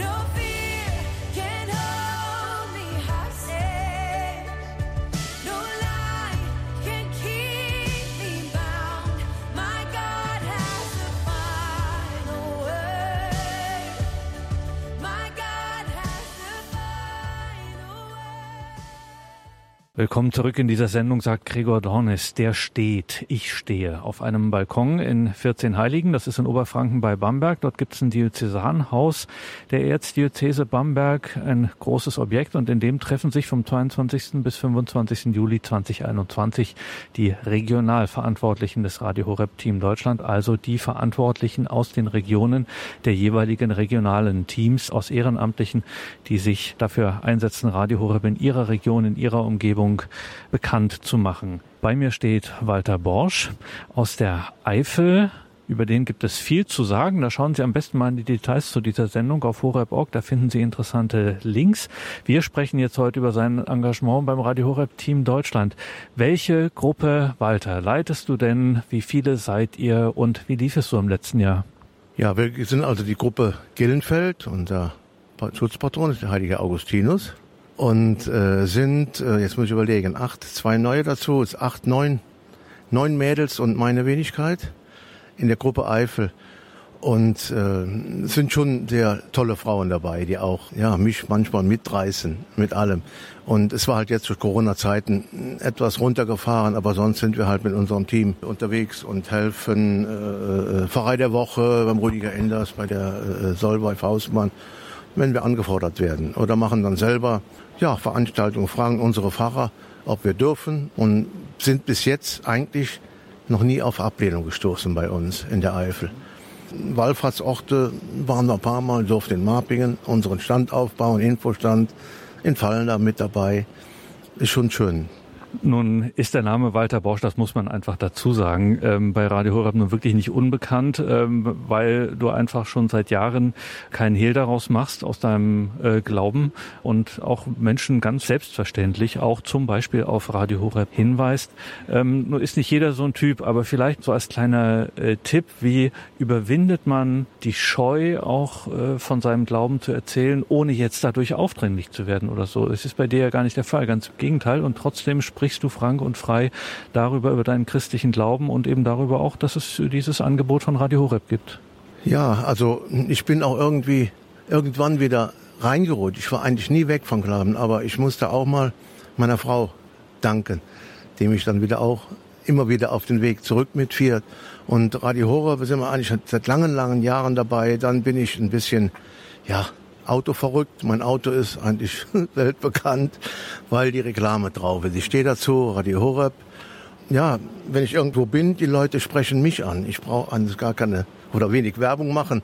Willkommen zurück in dieser Sendung, sagt Gregor Dornis. Der steht, ich stehe auf einem Balkon in vierzehn Heiligen. Das ist in Oberfranken bei Bamberg. Dort gibt es ein Diözesanhaus der Erzdiözese Bamberg, ein großes Objekt. Und in dem treffen sich vom zweiundzwanzigsten bis fünfundzwanzigsten Juli zweitausendeinundzwanzig die Regionalverantwortlichen des Radio Horeb Team Deutschland, also die Verantwortlichen aus den Regionen der jeweiligen regionalen Teams, aus Ehrenamtlichen, die sich dafür einsetzen, Radio Horeb in ihrer Region, in ihrer Umgebung bekannt zu machen. Bei mir steht Walter Borsch aus der Eifel. Über den gibt es viel zu sagen. Da schauen Sie am besten mal in die Details zu dieser Sendung auf horeb punkt org. Da finden Sie interessante Links. Wir sprechen jetzt heute über sein Engagement beim Radio Horeb Team Deutschland. Welche Gruppe, Walter, leitest du denn? Wie viele seid ihr und wie lief es so im letzten Jahr? Ja, wir sind also die Gruppe Gillenfeld. Unser Schutzpatron ist der heilige Augustinus. Und äh, sind, äh, jetzt muss ich überlegen, acht, zwei neue dazu, ist acht, neun, neun Mädels und meine Wenigkeit in der Gruppe Eifel. Und äh, sind schon sehr tolle Frauen dabei, die auch ja mich manchmal mitreißen, mit allem. Und es war halt jetzt durch Corona-Zeiten etwas runtergefahren, aber sonst sind wir halt mit unserem Team unterwegs und helfen äh, Pfarrei der Woche beim Rüdiger Enders, bei der äh, Solveig Faustmann, wenn wir angefordert werden. Oder machen dann selber ja, Veranstaltungen, fragen unsere Pfarrer, ob wir dürfen und sind bis jetzt eigentlich noch nie auf Ablehnung gestoßen bei uns in der Eifel. Wallfahrtsorte waren wir ein paar Mal, durften in Marpingen unseren Stand aufbauen, Infostand, in Fallender mit dabei. Ist schon schön. Nun ist der Name Walter Borsch, das muss man einfach dazu sagen, ähm, bei Radio Horeb nun wirklich nicht unbekannt, ähm, weil du einfach schon seit Jahren keinen Hehl daraus machst aus deinem äh, Glauben und auch Menschen ganz selbstverständlich auch zum Beispiel auf Radio Horeb hinweist. Ähm, nur ist nicht jeder so ein Typ, aber vielleicht so als kleiner äh, Tipp, wie überwindet man die Scheu auch äh, von seinem Glauben zu erzählen, ohne jetzt dadurch aufdringlich zu werden oder so. Es ist bei dir ja gar nicht der Fall, ganz im Gegenteil, und trotzdem sprichst du frank und frei darüber, über deinen christlichen Glauben und eben darüber auch, dass es dieses Angebot von Radio Horeb gibt. Ja, also ich bin auch irgendwie irgendwann wieder reingerutscht. Ich war eigentlich nie weg vom Glauben, aber ich musste auch mal meiner Frau danken, die mich dann wieder auch immer wieder auf den Weg zurück mitführt. Und Radio Horeb sind wir eigentlich seit langen, langen Jahren dabei. Dann bin ich ein bisschen, ja, Auto verrückt. Mein Auto ist eigentlich weltbekannt, weil die Reklame drauf ist. Ich stehe dazu, Radio Horeb. Ja, wenn ich irgendwo bin, die Leute sprechen mich an. Ich brauche eigentlich gar keine oder wenig Werbung machen.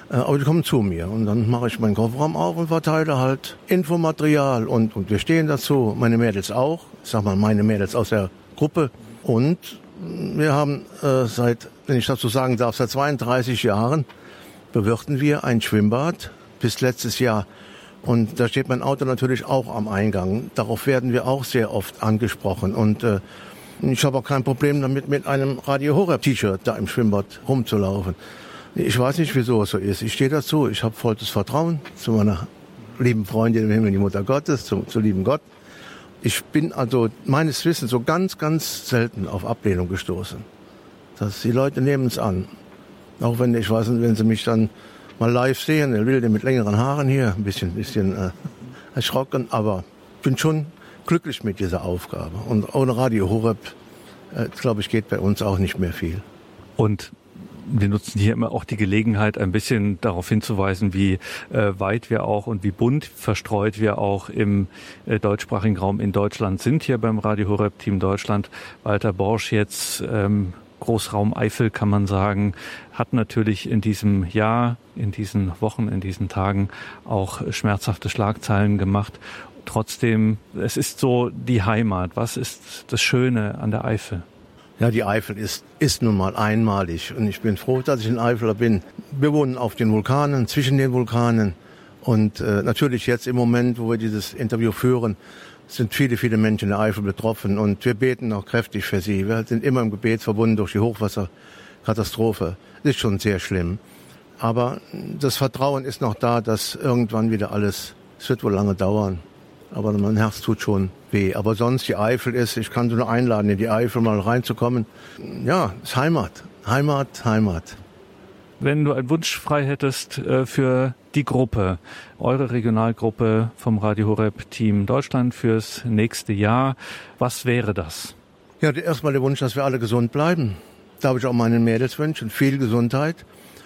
Aber die kommen zu mir und dann mache ich meinen Kofferraum auf und verteile halt Infomaterial und, und wir stehen dazu, meine Mädels auch, ich sag mal meine Mädels aus der Gruppe und wir haben äh, seit, wenn ich dazu sagen darf, seit zweiunddreißig Jahren bewirten wir ein Schwimmbad bis letztes Jahr und da steht mein Auto natürlich auch am Eingang. Darauf werden wir auch sehr oft angesprochen und äh, ich habe auch kein Problem damit, mit einem Radio Horeb T-Shirt da im Schwimmbad rumzulaufen. Ich weiß nicht, wieso es so ist. Ich stehe dazu. Ich habe volles Vertrauen zu meiner lieben Freundin im Himmel, die Mutter Gottes, zu, zu lieben Gott. Ich bin also meines Wissens so ganz, ganz selten auf Ablehnung gestoßen. Dass die Leute nehmen es an. Auch wenn, ich weiß nicht, wenn sie mich dann mal live sehen, der Wilde mit längeren Haaren hier, ein bisschen, bisschen äh, erschrocken, aber ich bin schon glücklich mit dieser Aufgabe. Und ohne Radio Horeb, äh, glaube ich, geht bei uns auch nicht mehr viel. Und wir nutzen hier immer auch die Gelegenheit, ein bisschen darauf hinzuweisen, wie äh, weit wir auch und wie bunt verstreut wir auch im äh, deutschsprachigen Raum in Deutschland sind, hier beim Radio Horeb Team Deutschland. Walter Borsch jetzt, ähm, Großraum Eifel kann man sagen, hat natürlich in diesem Jahr, in diesen Wochen, in diesen Tagen auch schmerzhafte Schlagzeilen gemacht. Trotzdem, es ist so die Heimat. Was ist das Schöne an der Eifel? Ja, die Eifel ist, ist nun mal einmalig und ich bin froh, dass ich in Eifel bin. Wir wohnen auf den Vulkanen, zwischen den Vulkanen und äh, natürlich jetzt im Moment, wo wir dieses Interview führen, sind viele, viele Menschen in der Eifel betroffen und wir beten auch kräftig für sie. Wir sind immer im Gebet verbunden durch die Hochwasserkatastrophe. Das ist schon sehr schlimm. Aber das Vertrauen ist noch da, dass irgendwann wieder alles, es wird wohl lange dauern. Aber mein Herz tut schon weh. Aber sonst die Eifel ist, ich kann Sie nur einladen, in die Eifel mal reinzukommen. Ja, es ist Heimat, Heimat, Heimat. Wenn du einen Wunsch frei hättest äh, für die Gruppe, eure Regionalgruppe vom Radio Horeb Team Deutschland fürs nächste Jahr, was wäre das? Ja, erstmal der Wunsch, dass wir alle gesund bleiben. Darf ich auch meinen Mädels wünschen, viel Gesundheit.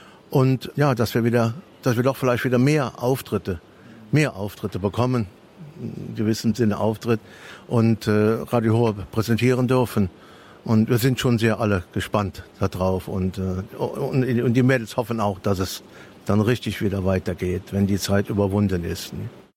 Und ja, dass wir wieder, dass wir doch vielleicht wieder mehr Auftritte, mehr Auftritte bekommen. In gewissem Sinne Auftritt und äh, Radio Horeb präsentieren dürfen. Und wir sind schon sehr alle gespannt darauf. Und, äh, und, und die Mädels hoffen auch, dass es dann richtig wieder weitergeht, wenn die Zeit überwunden ist.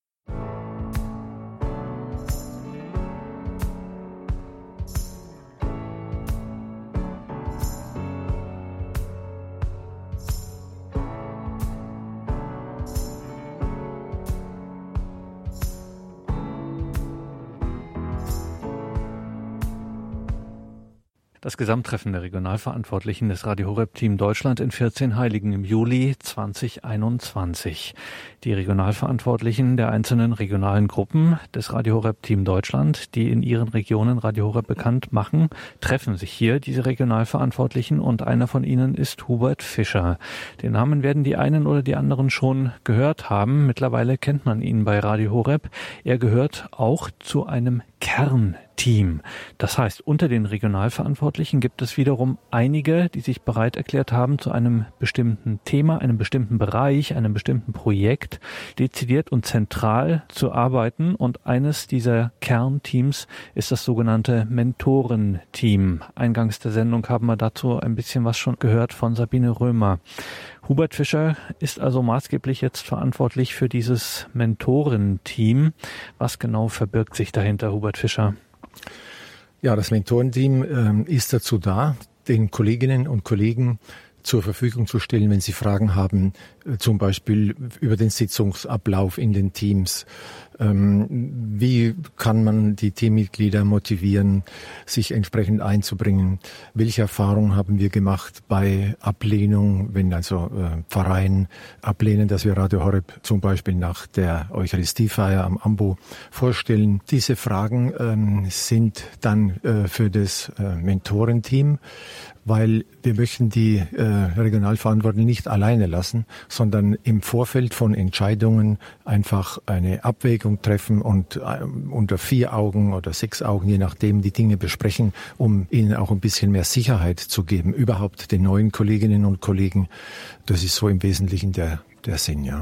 Das Gesamttreffen der Regionalverantwortlichen des Radio Horeb Team Deutschland in vierzehn Heiligen im Juli zweitausendeinundzwanzig. Die Regionalverantwortlichen der einzelnen regionalen Gruppen des Radio Horeb Team Deutschland, die in ihren Regionen Radio Horeb bekannt machen, treffen sich hier, diese Regionalverantwortlichen, und einer von ihnen ist Hubert Fischer. Den Namen werden die einen oder die anderen schon gehört haben. Mittlerweile kennt man ihn bei Radio Horeb. Er gehört auch zu einem Kernteam. Das heißt, unter den Regionalverantwortlichen gibt es wiederum einige, die sich bereit erklärt haben, zu einem bestimmten Thema, einem bestimmten Bereich, einem bestimmten Projekt dezidiert und zentral zu arbeiten. Und eines dieser Kernteams ist das sogenannte Mentorenteam. Eingangs der Sendung haben wir dazu ein bisschen was schon gehört von Sabine Römer. Hubert Fischer ist also maßgeblich jetzt verantwortlich für dieses Mentorenteam. Was genau verbirgt sich dahinter, Hubert Fischer? Ja, das Mentorenteam äh, ist dazu da, den Kolleginnen und Kollegen zur Verfügung zu stellen, wenn sie Fragen haben, äh, zum Beispiel über den Sitzungsablauf in den Teams. Ähm, wie kann man die Teammitglieder motivieren, sich entsprechend einzubringen? Welche Erfahrungen haben wir gemacht bei Ablehnung, wenn also äh, Pfarreien ablehnen, dass wir Radio Horeb zum Beispiel nach der Eucharistiefeier am Ambo vorstellen? Diese Fragen ähm, sind dann äh, für das äh, Mentorenteam, weil wir möchten die äh, Regionalverantwortlichen nicht alleine lassen, sondern im Vorfeld von Entscheidungen einfach eine Abwägung treffen und äh, unter vier Augen oder sechs Augen, je nachdem, die Dinge besprechen, um ihnen auch ein bisschen mehr Sicherheit zu geben, überhaupt den neuen Kolleginnen und Kollegen. Das ist so im Wesentlichen der, der Sinn, ja.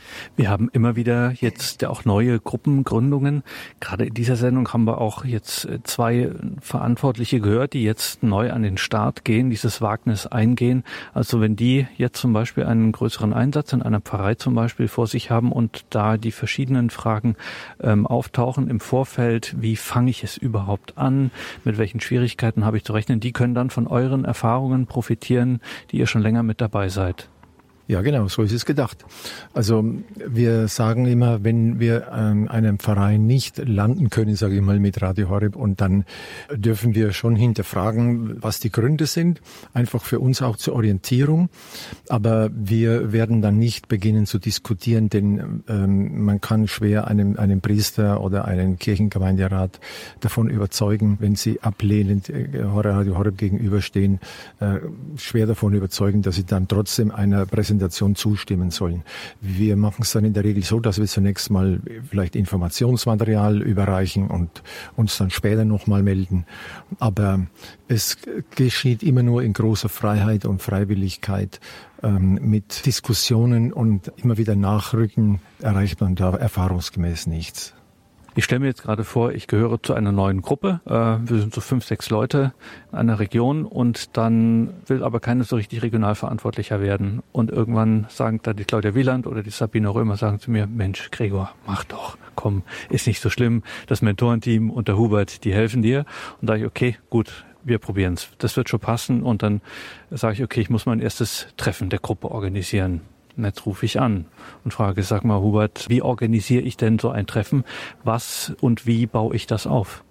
Wir haben immer wieder jetzt auch neue Gruppengründungen. Gerade in dieser Sendung haben wir auch jetzt zwei Verantwortliche gehört, die jetzt neu an den Start gehen, dieses Wagnis eingehen. Also wenn die jetzt zum Beispiel einen größeren Einsatz in einer Pfarrei zum Beispiel vor sich haben und da die verschiedenen Fragen ähm, auftauchen im Vorfeld, wie fange ich es überhaupt an, mit welchen Schwierigkeiten habe ich zu rechnen, die können dann von euren Erfahrungen profitieren, die ihr schon länger mit dabei seid. Ja, genau, so ist es gedacht. Also wir sagen immer, wenn wir ähm, einem Verein nicht landen können, sage ich mal, mit Radio Horeb, und dann dürfen wir schon hinterfragen, was die Gründe sind, einfach für uns auch zur Orientierung. Aber wir werden dann nicht beginnen zu diskutieren, denn ähm, man kann schwer einen, einen Priester oder einen Kirchengemeinderat davon überzeugen, wenn sie ablehnend äh, Radio Horeb gegenüberstehen, äh, schwer davon überzeugen, dass sie dann trotzdem einer Präsentation zustimmen sollen. Wir machen es dann in der Regel so, dass wir zunächst mal vielleicht Informationsmaterial überreichen und uns dann später nochmal melden. Aber es geschieht immer nur in großer Freiheit und Freiwilligkeit. Ähm, mit Diskussionen und immer wieder Nachrücken erreicht man da erfahrungsgemäß nichts. Ich stelle mir jetzt gerade vor, ich gehöre zu einer neuen Gruppe. Wir sind so fünf, sechs Leute in einer Region und dann will aber keiner so richtig Regionalverantwortlicher werden. Und irgendwann sagen da die Claudia Wieland oder die Sabine Römer sagen zu mir, Mensch, Gregor, mach doch, komm, ist nicht so schlimm. Das Mentorenteam und der Hubert, die helfen dir. Und da sage ich, okay, gut, wir probieren es. Das wird schon passen. Und dann sage ich, okay, ich muss mein erstes Treffen der Gruppe organisieren. Und jetzt rufe ich an und frage, sag mal, Hubert, wie organisiere ich denn so ein Treffen? Was und wie baue ich das auf?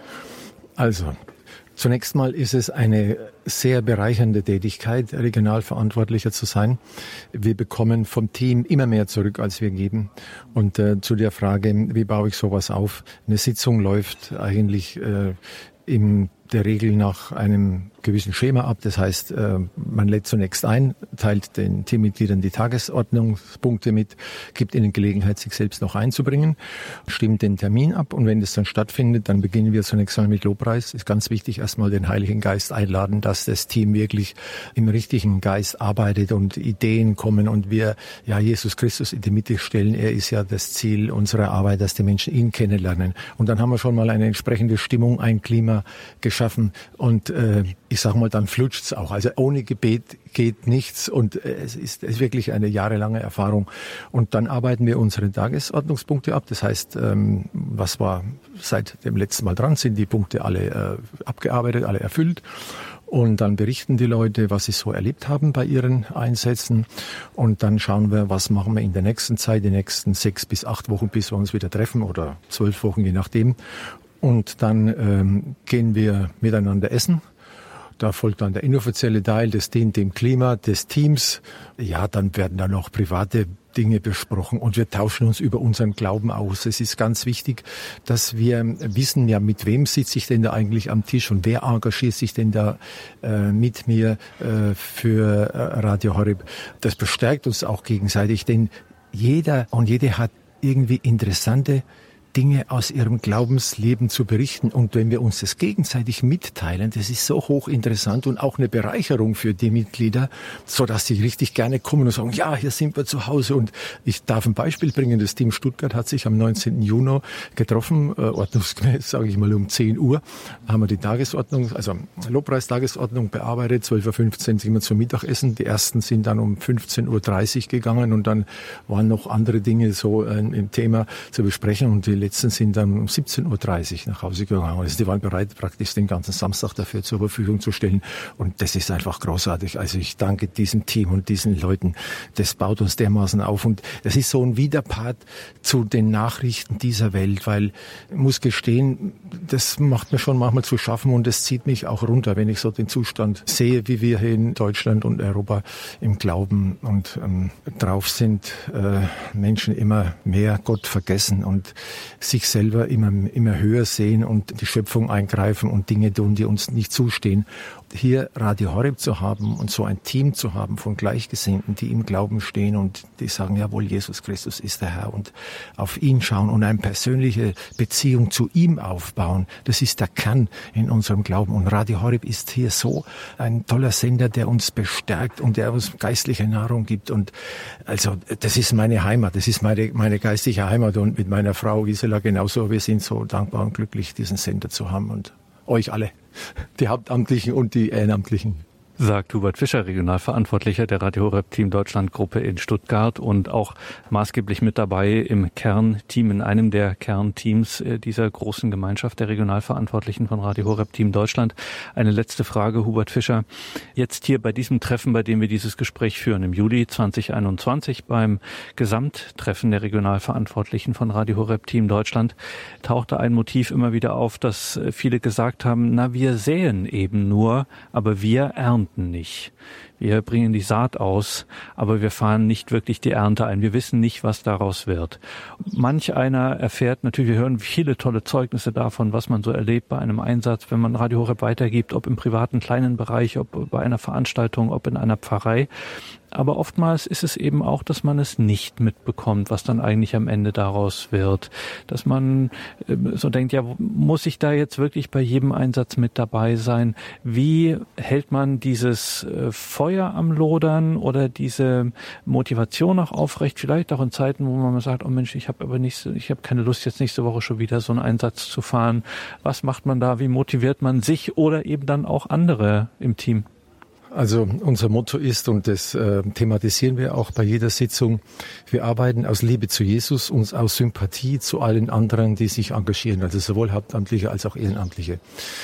Also, zunächst mal ist es eine sehr bereichernde Tätigkeit, Regionalverantwortlicher zu sein. Wir bekommen vom Team immer mehr zurück, als wir geben. Und äh, zu der Frage, wie baue ich sowas auf? Eine Sitzung läuft eigentlich äh, in der Regel nach einem gewissen Schema ab. Das heißt, man lädt zunächst ein, teilt den Teammitgliedern die Tagesordnungspunkte mit, gibt ihnen Gelegenheit, sich selbst noch einzubringen, stimmt den Termin ab, und wenn das dann stattfindet, dann beginnen wir zunächst mal mit Lobpreis. Ist ganz wichtig, erstmal den Heiligen Geist einladen, dass das Team wirklich im richtigen Geist arbeitet und Ideen kommen und wir ja Jesus Christus in die Mitte stellen. Er ist ja das Ziel unserer Arbeit, dass die Menschen ihn kennenlernen. Und dann haben wir schon mal eine entsprechende Stimmung, ein Klima geschaffen, und äh, ich sag mal, dann flutscht's auch. Also ohne Gebet geht nichts, und es ist, es ist wirklich eine jahrelange Erfahrung. Und dann arbeiten wir unsere Tagesordnungspunkte ab. Das heißt, ähm, was war seit dem letzten Mal dran? Sind die Punkte alle äh, abgearbeitet, alle erfüllt? Und dann berichten die Leute, was sie so erlebt haben bei ihren Einsätzen. Und dann schauen wir, was machen wir in der nächsten Zeit, die nächsten sechs bis acht Wochen, bis wir uns wieder treffen, oder zwölf Wochen, je nachdem. Und dann ähm, gehen wir miteinander essen. Da folgt dann der inoffizielle Teil, das dient dem Klima des Teams. Ja, dann werden da noch private Dinge besprochen und wir tauschen uns über unseren Glauben aus. Es ist ganz wichtig, dass wir wissen, ja, mit wem sitze ich denn da eigentlich am Tisch und wer engagiert sich denn da äh, mit mir äh, für äh, Radio Horeb. Das bestärkt uns auch gegenseitig, denn jeder und jede hat irgendwie interessante Dinge aus ihrem Glaubensleben zu berichten. Und wenn wir uns das gegenseitig mitteilen, das ist so hochinteressant und auch eine Bereicherung für die Mitglieder, so dass sie richtig gerne kommen und sagen, ja, hier sind wir zu Hause. Und ich darf ein Beispiel bringen. Das Team Stuttgart hat sich am neunzehnten Juni getroffen, äh, ordnungsgemäß, sage ich mal, um zehn Uhr. Haben wir die Tagesordnung, also Lobpreistagesordnung bearbeitet. zwölf Uhr fünfzehn sind wir zum Mittagessen. Die ersten sind dann um fünfzehn Uhr dreißig gegangen und dann waren noch andere Dinge so äh, im Thema zu besprechen. Und die letzten sind dann um siebzehn Uhr dreißig nach Hause gegangen. Also die waren bereit, praktisch den ganzen Samstag dafür zur Verfügung zu stellen. Und das ist einfach großartig. Also ich danke diesem Team und diesen Leuten. Das baut uns dermaßen auf. Und das ist so ein Widerpart zu den Nachrichten dieser Welt, weil ich muss gestehen, das macht mir schon manchmal zu schaffen und das zieht mich auch runter, wenn ich so den Zustand sehe, wie wir hier in Deutschland und Europa im Glauben und ähm, drauf sind, äh, Menschen immer mehr Gott vergessen. Und sich selber immer, immer höher sehen und die Schöpfung eingreifen und Dinge tun, die uns nicht zustehen. Hier Radio Horeb zu haben und so ein Team zu haben von Gleichgesinnten, die im Glauben stehen und die sagen, jawohl, Jesus Christus ist der Herr, und auf ihn schauen und eine persönliche Beziehung zu ihm aufbauen, das ist der Kern in unserem Glauben. Und Radio Horeb ist hier so ein toller Sender, der uns bestärkt und der uns geistliche Nahrung gibt. Und also das ist meine Heimat, das ist meine, meine geistliche Heimat, und mit meiner Frau Gisela genauso. Wir sind so dankbar und glücklich, diesen Sender zu haben, und euch alle, die Hauptamtlichen und die Ehrenamtlichen. Sagt Hubert Fischer, Regionalverantwortlicher der Radio Horeb Team Deutschland Gruppe in Stuttgart und auch maßgeblich mit dabei im Kernteam, in einem der Kernteams dieser großen Gemeinschaft der Regionalverantwortlichen von Radio Horeb Team Deutschland. Eine letzte Frage, Hubert Fischer. Jetzt hier bei diesem Treffen, bei dem wir dieses Gespräch führen, im Juli zwanzig einundzwanzig, beim Gesamttreffen der Regionalverantwortlichen von Radio Horeb Team Deutschland, tauchte ein Motiv immer wieder auf, dass viele gesagt haben, na, wir säen eben nur, aber wir ernten nicht. Wir bringen die Saat aus, aber wir fahren nicht wirklich die Ernte ein. Wir wissen nicht, was daraus wird. Manch einer erfährt natürlich, wir hören viele tolle Zeugnisse davon, was man so erlebt bei einem Einsatz, wenn man Radio Horeb weitergibt, ob im privaten kleinen Bereich, ob bei einer Veranstaltung, ob in einer Pfarrei. Aber oftmals ist es eben auch, dass man es nicht mitbekommt, was dann eigentlich am Ende daraus wird. Dass man so denkt, ja, muss ich da jetzt wirklich bei jedem Einsatz mit dabei sein? Wie hält man dieses Feuer am Lodern oder diese Motivation auch aufrecht? Vielleicht auch in Zeiten, wo man sagt, oh Mensch, ich habe aber nicht, ich habe keine Lust, jetzt nächste Woche schon wieder so einen Einsatz zu fahren. Was macht man da? Wie motiviert man sich oder eben dann auch andere im Team? Also unser Motto ist, und das äh, thematisieren wir auch bei jeder Sitzung, wir arbeiten aus Liebe zu Jesus und aus Sympathie zu allen anderen, die sich engagieren, also sowohl Hauptamtliche als auch Ehrenamtliche.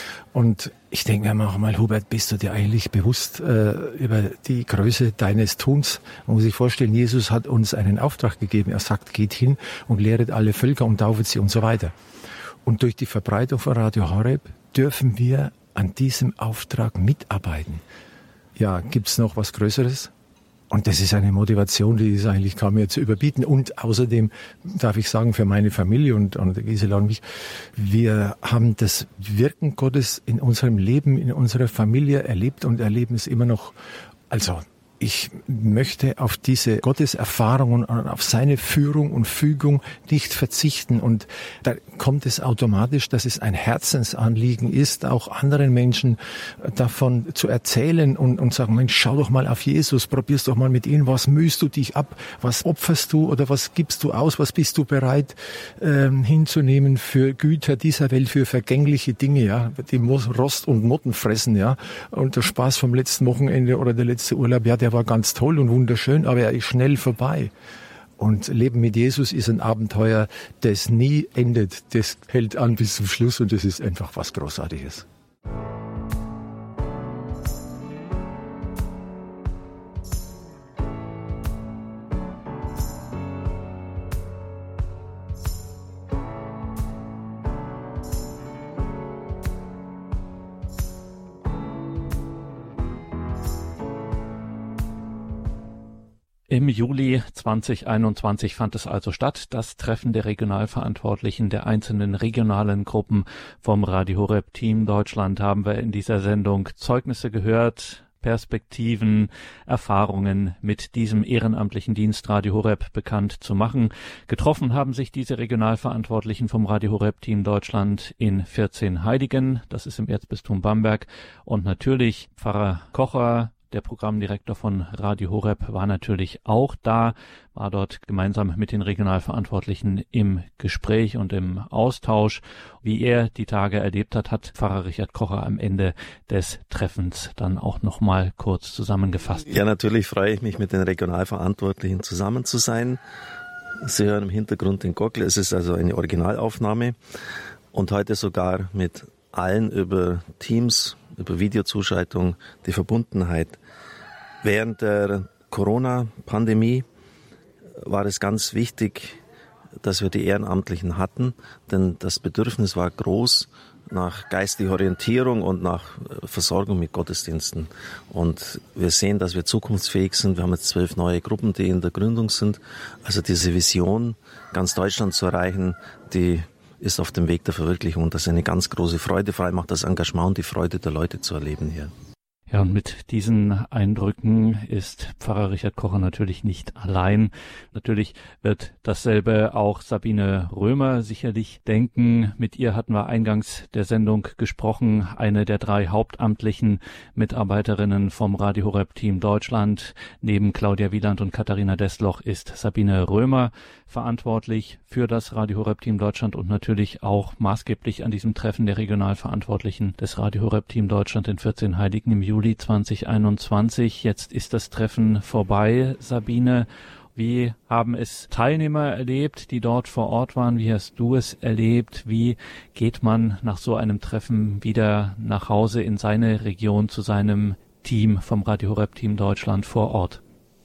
Und ich denke mir auch mal, Hubert, bist du dir eigentlich bewusst äh, über die Größe deines Tuns? Man muss sich vorstellen, Jesus hat uns einen Auftrag gegeben. Er sagt, geht hin und lehret alle Völker und taufet sie und so weiter. Und durch die Verbreitung von Radio Horeb dürfen wir an diesem Auftrag mitarbeiten. Ja, gibt's noch was Größeres? Und das ist eine Motivation, die ist eigentlich kaum mehr zu überbieten. Und außerdem darf ich sagen, für meine Familie und, und Gisela und mich, wir haben das Wirken Gottes in unserem Leben, in unserer Familie erlebt und erleben es immer noch. Also ich möchte auf diese Gotteserfahrungen und auf seine Führung und Fügung nicht verzichten. Und da kommt es automatisch, dass es ein Herzensanliegen ist, auch anderen Menschen davon zu erzählen und, und sagen, Mensch, schau doch mal auf Jesus, probier's doch mal mit ihm, was mühst du dich ab, was opferst du oder was gibst du aus, was bist du bereit ähm, hinzunehmen für Güter dieser Welt, für vergängliche Dinge, ja, die Rost und Motten fressen, ja, und der Spaß vom letzten Wochenende oder der letzte Urlaub, ja, der war ganz toll und wunderschön, aber er ist schnell vorbei. Und Leben mit Jesus ist ein Abenteuer, das nie endet. Das hält an bis zum Schluss und das ist einfach was Großartiges. Im Juli zwanzig einundzwanzig fand es also statt, das Treffen der Regionalverantwortlichen der einzelnen regionalen Gruppen vom Radio Horeb Team Deutschland. Haben wir in dieser Sendung Zeugnisse gehört, Perspektiven, Erfahrungen mit diesem ehrenamtlichen Dienst Radio Horeb bekannt zu machen. Getroffen haben sich diese Regionalverantwortlichen vom Radio Horeb Team Deutschland in Vierzehnheiligen, das ist im Erzbistum Bamberg, und natürlich Pfarrer Kocher, der Programmdirektor von Radio Horeb, war natürlich auch da, war dort gemeinsam mit den Regionalverantwortlichen im Gespräch und im Austausch. Wie er die Tage erlebt hat, hat Pfarrer Richard Kocher am Ende des Treffens dann auch nochmal kurz zusammengefasst. Ja, natürlich freue ich mich, mit den Regionalverantwortlichen zusammen zu sein. Sie hören im Hintergrund den Gockel, es ist also eine Originalaufnahme und heute sogar mit allen über Teams, über Videozuschaltung, die Verbundenheit. Während der Corona-Pandemie war es ganz wichtig, dass wir die Ehrenamtlichen hatten, denn das Bedürfnis war groß, nach geistiger Orientierung und nach Versorgung mit Gottesdiensten. Und wir sehen, dass wir zukunftsfähig sind. Wir haben jetzt zwölf neue Gruppen, die in der Gründung sind. Also diese Vision, ganz Deutschland zu erreichen, die ist auf dem Weg der Verwirklichung. Und das ist eine ganz große Freude, vor allem auch das Engagement und die Freude der Leute zu erleben hier. Ja, und mit diesen Eindrücken ist Pfarrer Richard Kocher natürlich nicht allein. Natürlich wird dasselbe auch Sabine Römer sicherlich denken. Mit ihr hatten wir eingangs der Sendung gesprochen. Eine der drei hauptamtlichen Mitarbeiterinnen vom Radio Horeb Team Deutschland. Neben Claudia Wieland und Katharina Destloch ist Sabine Römer verantwortlich für das Radio Horeb Team Deutschland und natürlich auch maßgeblich an diesem Treffen der Regionalverantwortlichen des Radio Horeb Team Deutschland in vierzehn Heiligen im Juli zwanzig einundzwanzig. Jetzt ist das Treffen vorbei, Sabine. Wie haben es Teilnehmer erlebt, die dort vor Ort waren? Wie hast du es erlebt? Wie geht man nach so einem Treffen wieder nach Hause in seine Region zu seinem Team vom Radio Horeb Team Deutschland vor Ort?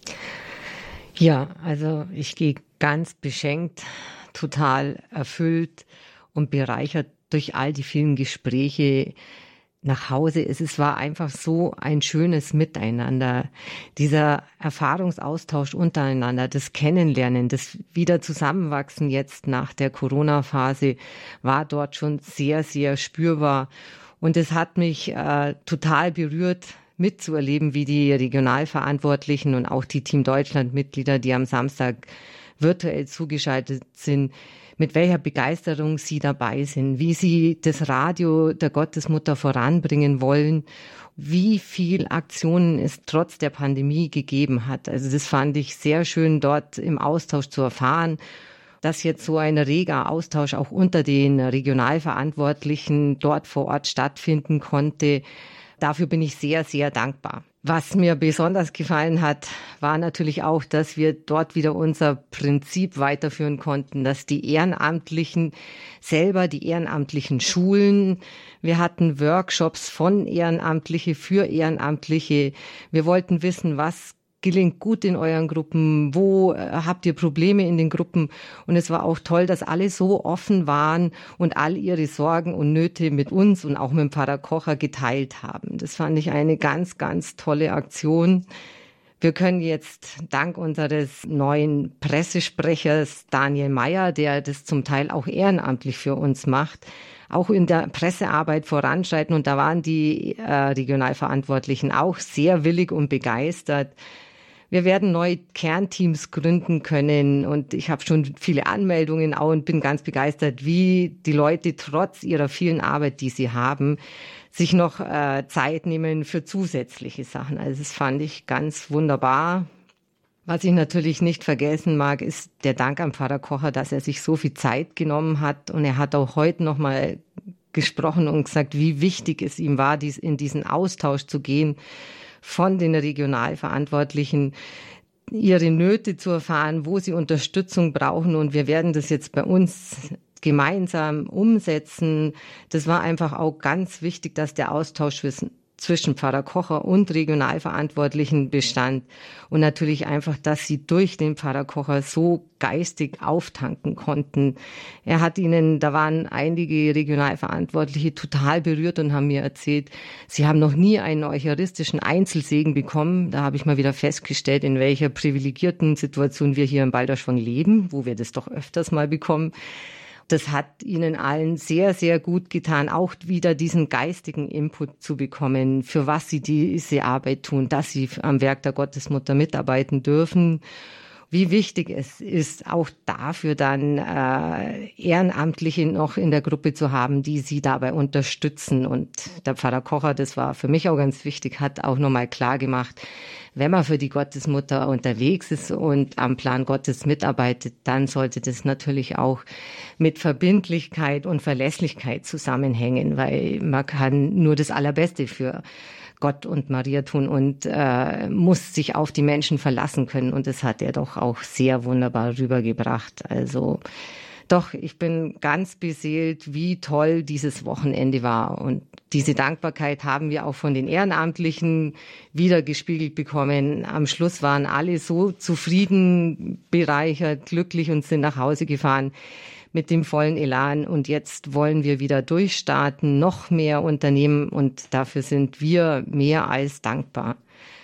Ja, also ich gehe ganz beschenkt, total erfüllt und bereichert durch all die vielen Gespräche nach Hause. Es war einfach so ein schönes Miteinander, dieser Erfahrungsaustausch untereinander, das Kennenlernen, das wieder Zusammenwachsen jetzt nach der Corona-Phase war dort schon sehr, sehr spürbar. Und es hat mich äh, total berührt, mitzuerleben, wie die Regionalverantwortlichen und auch die Team Deutschland-Mitglieder, die am Samstag virtuell zugeschaltet sind, mit welcher Begeisterung sie dabei sind, wie sie das Radio der Gottesmutter voranbringen wollen, wie viel Aktionen es trotz der Pandemie gegeben hat. Also das fand ich sehr schön, dort im Austausch zu erfahren, dass jetzt so ein reger Austausch auch unter den Regionalverantwortlichen dort vor Ort stattfinden konnte. Dafür bin ich sehr, sehr dankbar. Was mir besonders gefallen hat, war natürlich auch, dass wir dort wieder unser Prinzip weiterführen konnten, dass die Ehrenamtlichen selber, die ehrenamtlichen Schulen, wir hatten Workshops von Ehrenamtliche für Ehrenamtliche. Wir wollten wissen, was gelingt gut in euren Gruppen, wo äh, habt ihr Probleme in den Gruppen? Und es war auch toll, dass alle so offen waren und all ihre Sorgen und Nöte mit uns und auch mit dem Pfarrer Kocher geteilt haben. Das fand ich eine ganz, ganz tolle Aktion. Wir können jetzt dank unseres neuen Pressesprechers Daniel Meyer, der das zum Teil auch ehrenamtlich für uns macht, auch in der Pressearbeit voranschreiten. Und da waren die äh, Regionalverantwortlichen auch sehr willig und begeistert. Wir werden neue Kernteams gründen können und ich habe schon viele Anmeldungen auch und bin ganz begeistert, wie die Leute trotz ihrer vielen Arbeit, die sie haben, sich noch äh, Zeit nehmen für zusätzliche Sachen. Also das fand ich ganz wunderbar. Was ich natürlich nicht vergessen mag, ist der Dank an Pfarrer Kocher, dass er sich so viel Zeit genommen hat und er hat auch heute noch mal gesprochen und gesagt, wie wichtig es ihm war, dies in diesen Austausch zu gehen von den Regionalverantwortlichen, ihre Nöte zu erfahren, wo sie Unterstützung brauchen. Und wir werden das jetzt bei uns gemeinsam umsetzen. Das war einfach auch ganz wichtig, dass der Austausch zwischen Pfarrer Kocher und Regionalverantwortlichen bestand. Und natürlich einfach, dass sie durch den Pfarrer Kocher so geistig auftanken konnten. Er hat ihnen, da waren einige Regionalverantwortliche total berührt und haben mir erzählt, sie haben noch nie einen eucharistischen Einzelsegen bekommen. Da habe ich mal wieder festgestellt, in welcher privilegierten Situation wir hier in Balderschwang leben, wo wir das doch öfters mal bekommen. Das hat ihnen allen sehr, sehr gut getan, auch wieder diesen geistigen Input zu bekommen, für was sie diese Arbeit tun, dass sie am Werk der Gottesmutter mitarbeiten dürfen. Wie wichtig es ist, auch dafür dann äh, Ehrenamtliche noch in der Gruppe zu haben, die sie dabei unterstützen. Und der Pfarrer Kocher, das war für mich auch ganz wichtig, hat auch nochmal klar gemacht, wenn man für die Gottesmutter unterwegs ist und am Plan Gottes mitarbeitet, dann sollte das natürlich auch mit Verbindlichkeit und Verlässlichkeit zusammenhängen, weil man kann nur das Allerbeste für Gott und Maria tun und äh, muss sich auf die Menschen verlassen können. Und das hat er doch auch sehr wunderbar rübergebracht. Also Doch, ich bin ganz beseelt, wie toll dieses Wochenende war. Und diese Dankbarkeit haben wir auch von den Ehrenamtlichen wiedergespiegelt bekommen. Am Schluss waren alle so zufrieden, bereichert, glücklich und sind nach Hause gefahren mit dem vollen Elan. Und jetzt wollen wir wieder durchstarten, noch mehr unternehmen. Und dafür sind wir mehr als dankbar.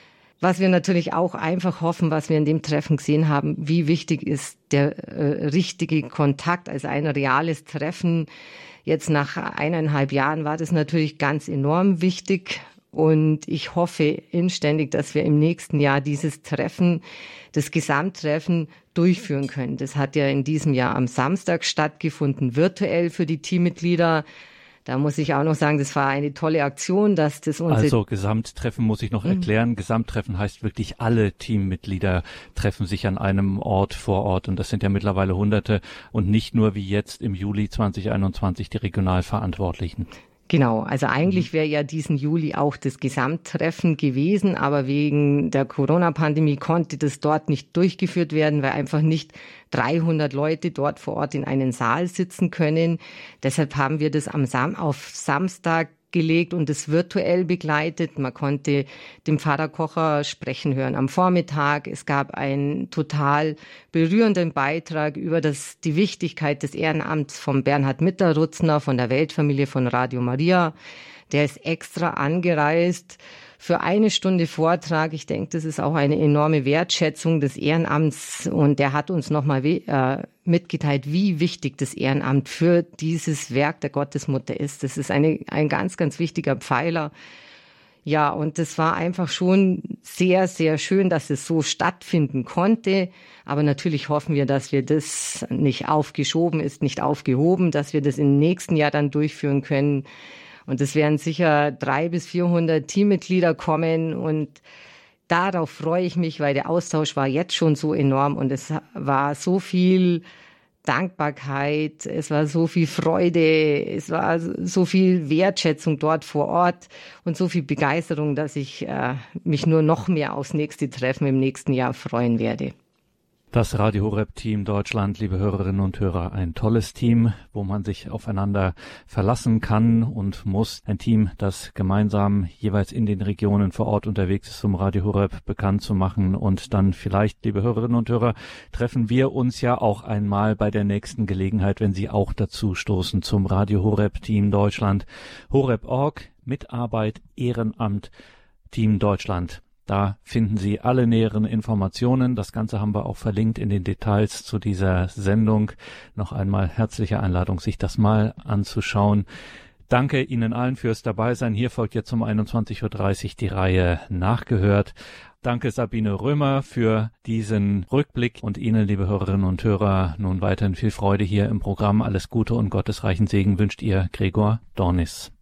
Was wir natürlich auch einfach hoffen, was wir in dem Treffen gesehen haben, wie wichtig ist der äh, richtige Kontakt, also ein reales Treffen. Jetzt nach eineinhalb Jahren war das natürlich ganz enorm wichtig. Und ich hoffe inständig, dass wir im nächsten Jahr dieses Treffen, das Gesamttreffen durchführen können. Das hat ja in diesem Jahr am Samstag stattgefunden, virtuell für die Teammitglieder. Da muss ich auch noch sagen, das war eine tolle Aktion, dass das unsere... Also Gesamttreffen muss ich noch erklären. Mhm. Gesamttreffen heißt wirklich, alle Teammitglieder treffen sich an einem Ort vor Ort. Und das sind ja mittlerweile Hunderte und nicht nur wie jetzt im Juli zwanzig einundzwanzig die Regionalverantwortlichen. Genau, also eigentlich wäre ja diesen Juli auch das Gesamttreffen gewesen, aber wegen der Corona-Pandemie konnte das dort nicht durchgeführt werden, weil einfach nicht dreihundert Leute dort vor Ort in einen Saal sitzen können. Deshalb haben wir das am Sam- auf Samstag gelegt und es virtuell begleitet. Man konnte den Pfarrer Kocher sprechen hören am Vormittag. Es gab einen total berührenden Beitrag über das, die Wichtigkeit des Ehrenamts von Bernhard Mitterrutzner von der Weltfamilie von Radio Maria. Der ist extra angereist für eine Stunde Vortrag. Ich denke, das ist auch eine enorme Wertschätzung des Ehrenamts. Und der hat uns nochmal äh, mitgeteilt, wie wichtig das Ehrenamt für dieses Werk der Gottesmutter ist. Das ist eine, ein ganz, ganz wichtiger Pfeiler. Ja, und das war einfach schon sehr, sehr schön, dass es so stattfinden konnte. Aber natürlich hoffen wir, dass wir das nicht aufgeschoben ist, nicht aufgehoben, dass wir das im nächsten Jahr dann durchführen können. Und es werden sicher dreihundert bis vierhundert Teammitglieder kommen und darauf freue ich mich, weil der Austausch war jetzt schon so enorm und es war so viel Dankbarkeit, es war so viel Freude, es war so viel Wertschätzung dort vor Ort und so viel Begeisterung, dass ich äh, mich nur noch mehr aufs nächste Treffen im nächsten Jahr freuen werde. Das Radio Horeb Team Deutschland, liebe Hörerinnen und Hörer, ein tolles Team, wo man sich aufeinander verlassen kann und muss. Ein Team, das gemeinsam jeweils in den Regionen vor Ort unterwegs ist, um Radio Horeb bekannt zu machen. Und dann vielleicht, liebe Hörerinnen und Hörer, treffen wir uns ja auch einmal bei der nächsten Gelegenheit, wenn Sie auch dazu stoßen zum Radio Horeb Team Deutschland. Horeb Punkt org, Mitarbeit, Ehrenamt, Team Deutschland. Da finden Sie alle näheren Informationen. Das Ganze haben wir auch verlinkt in den Details zu dieser Sendung. Noch einmal herzliche Einladung, sich das mal anzuschauen. Danke Ihnen allen fürs Dabeisein. Hier folgt jetzt um einundzwanzig Uhr dreißig die Reihe Nachgehört. Danke Sabine Römer für diesen Rückblick und Ihnen, liebe Hörerinnen und Hörer, nun weiterhin viel Freude hier im Programm. Alles Gute und gottesreichen Segen wünscht Ihr Gregor Dornis.